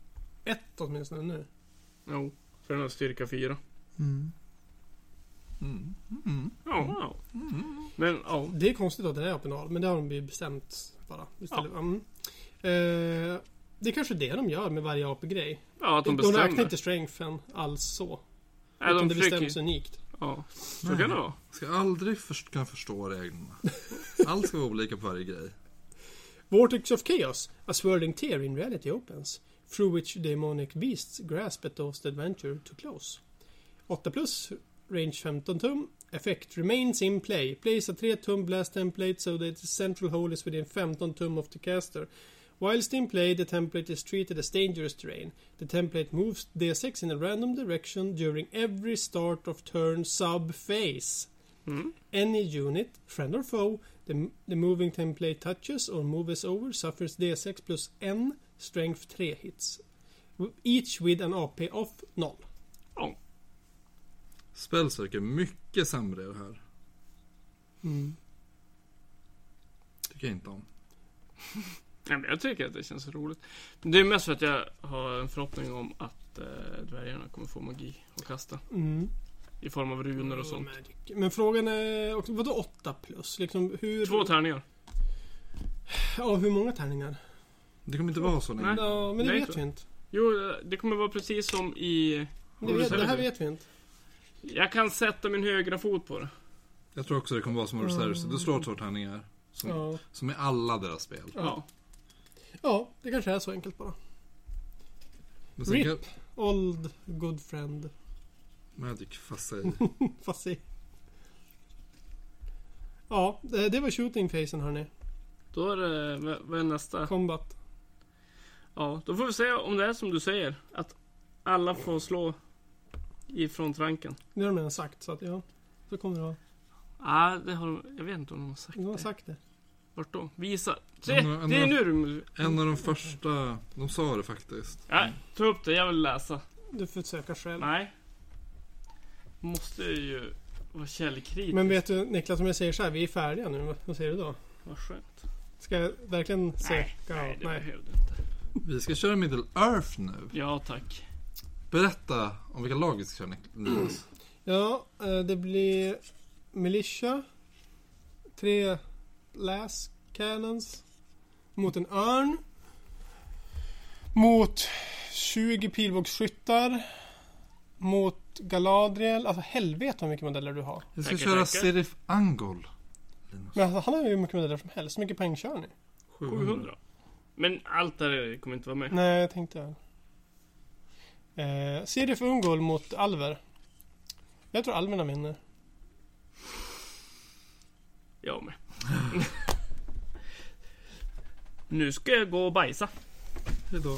ett åtminstone nu. Jo, för den har styrka fyra. Mm. Mm. Mm. Ja, ja. Mm. Men ja. Det är konstigt att det är opinal, men det har de ju bestämt bara. Istället. Ja. Mm. Eh, det är kanske det de gör med varje A P-grej. Ja, att de De bestämmer. räknar inte strengthen alls så. Nej, de utan det försöker- bestäms unikt. Ja, så kan det vara. Ska aldrig först kunna förstå reglerna. Allt ska vara olika på varje grej. Vortex of Chaos, a swirling tear in reality opens, through which demonic beasts grasp at those that adventure to close. åtta plus, range femton tum, effect remains in play. Place a tre tum blast template so that the central hole is within femton tum of the caster. Whilst in play, the template is treated as dangerous terrain. The template moves D six in a random direction during every start of turn sub-phase. Mm. Any unit, friend or foe, the, the moving template touches or moves over suffers D six plus N strength tre hits. Each with an A P of noll. Ja. Spells verkar mycket sämre i det här. Mm. Tycker jag inte om. Nej, men jag tycker att det känns roligt. Det är mest för att jag har en förhoppning om att eh, dvärgarna kommer få magi att kasta. Mm. I form av runor och sånt. Magic. Men frågan är också, vadå åtta plus? Liksom hur... Två tärningar. Ja, hur många tärningar? Det kommer inte vara så länge. Nej. Ja, men det Nej, vet så. vi inte. Jo, det kommer vara precis som i... Det, vet, det här vet vi inte. Jag kan sätta min högra fot på det. Jag tror också det kommer vara som Horus. Du slår två tärningar. Som, Ja. som i alla deras spel. Ja. Ja, det kanske är så enkelt bara. Men sen Rip. kan... Old good friend. Magic Facade. Fast se. Ja, det, det var shooting phasen hörni. Då är det... vad- Vad är nästa? Combat. Ja, då får vi se om det är som du säger. Att alla får slå i frontranken. Det har de redan sagt, så att ja. Så kommer det vara. Ja, det har de... Jag vet inte om de har sagt De har det. sagt det. Vart då? Visa. Se, En av- en det är av- nu du... En av de första, de sa det faktiskt. Ja, ta upp det. Jag vill läsa. Du får söka själv. Nej. Måste ju vara källkritisk. Men vet du Niklas, om jag säger så här, vi är färdiga nu. Vad- Vad säger du då? Vad skönt. Ska jag verkligen söka? Nej, nej, det Nej. behövde inte. Vi ska köra Middle Earth nu. Ja, tack. Berätta om vilka lag vi ska köra, Niklas. Ja, eh, det blir Militia. Tre Las Cannons. Mot en örn. Mot tjugo pilbågsskyttar. Mot Galadriel. Alltså helvete vad mycket modeller du har. Vi ska Tackar, köra tackar. Serif Angol. Men alltså, han har ju hur mycket modeller som helst. Hur mycket poäng kör ni? sjuhundra. Men allt där kommer inte vara med. Nej, jag tänkte... Eh, Serif Ungol mot Alver. Jag tror Alverna vinner. Jag med. Nu ska jag gå och bajsa. Hejdå.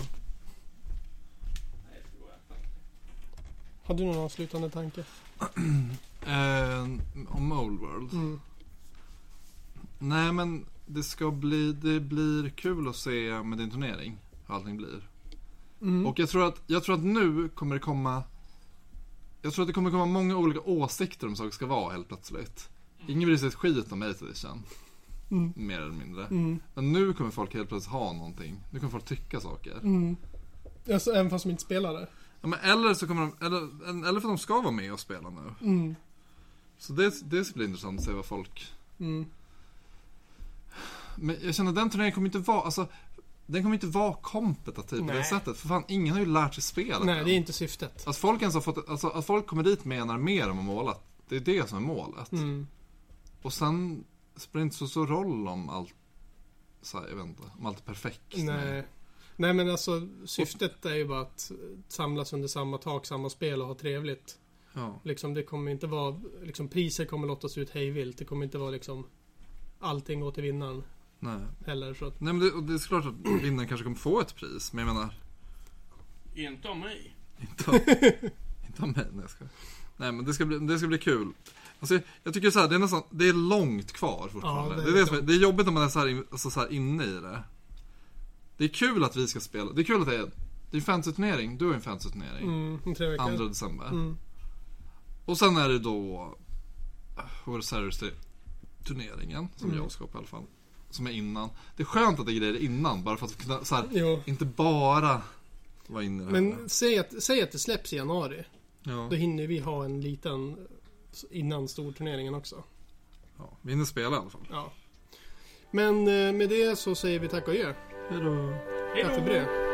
Har du någon avslutande tanke? Eh, om Old World. Mm. Nej men det ska bli, det blir kul att se med din turnering hur allting blir. Mm. Och jag tror att, jag tror att nu kommer det komma, jag tror att det kommer komma många olika åsikter om saker ska vara helt plötsligt. Ingen bryr sig ett skit om Eighth Edition. Mm. Mer eller mindre. Mm. Men nu kommer folk helt plötsligt ha någonting. Nu kommer folk tycka saker. Mm. Alltså, även fast de inte spelar det. Ja, men eller så kommer de, eller, eller för att de ska vara med och spela nu. Mm. Så det, det ska bli intressant att se vad folk... Mm. Men jag känner att den turneringen kommer inte vara, alltså, den kommer inte vara kompetitiv på det Nej. sättet. För fan, ingen har ju lärt sig spelet Nej, än. det är inte syftet. Att folk ens har fått, alltså, att folk kommer dit med en armé de har målat. Det är det som är målet. Mm. Och sen spelar det inte så stor roll om allt, så här, jag vet inte, om allt är perfekt. Nej. Nej, men alltså syftet är ju bara att samlas under samma tak, samma spel och ha trevligt. Ja. Liksom, det kommer inte vara, liksom, priser kommer lottas ut hejvilt. Det kommer inte vara liksom allting går till vinnaren Nej. heller. Så att, Nej, men det, och det är klart att vinnaren kanske kommer få ett pris. Men jag menar, Inte av mig. inte av, inte av mig. Nej, jag ska. Nej, men det ska bli, det ska bli kul. Alltså, jag tycker så här, det är nästan, det är långt kvar fortfarande. Ja, det är det, är det, som är, klart. det är jobbigt när man är så här, in- alltså, så här inne i det. Det är kul att vi ska spela. Det är kul att det är, det är en fantasy-turnering. Du har en fantasy-turnering. mm, om tre veckor. andra december. Mm. Och sen är det då World Series-turneringen som Mm. jag ska på i alla fall. Som är innan. Det är skönt att det är grejer innan. Bara för att kunna så här, Jo. inte bara vara inne i det här. Men säg att, säg att det släpps i januari. Ja. Då hinner vi ha en liten innan storturneringen också. Ja, vi hinner spela i alla fall. Ja. Men eh, med det så säger vi tack och adjö. Hej då. Hej då. Kaffebröd.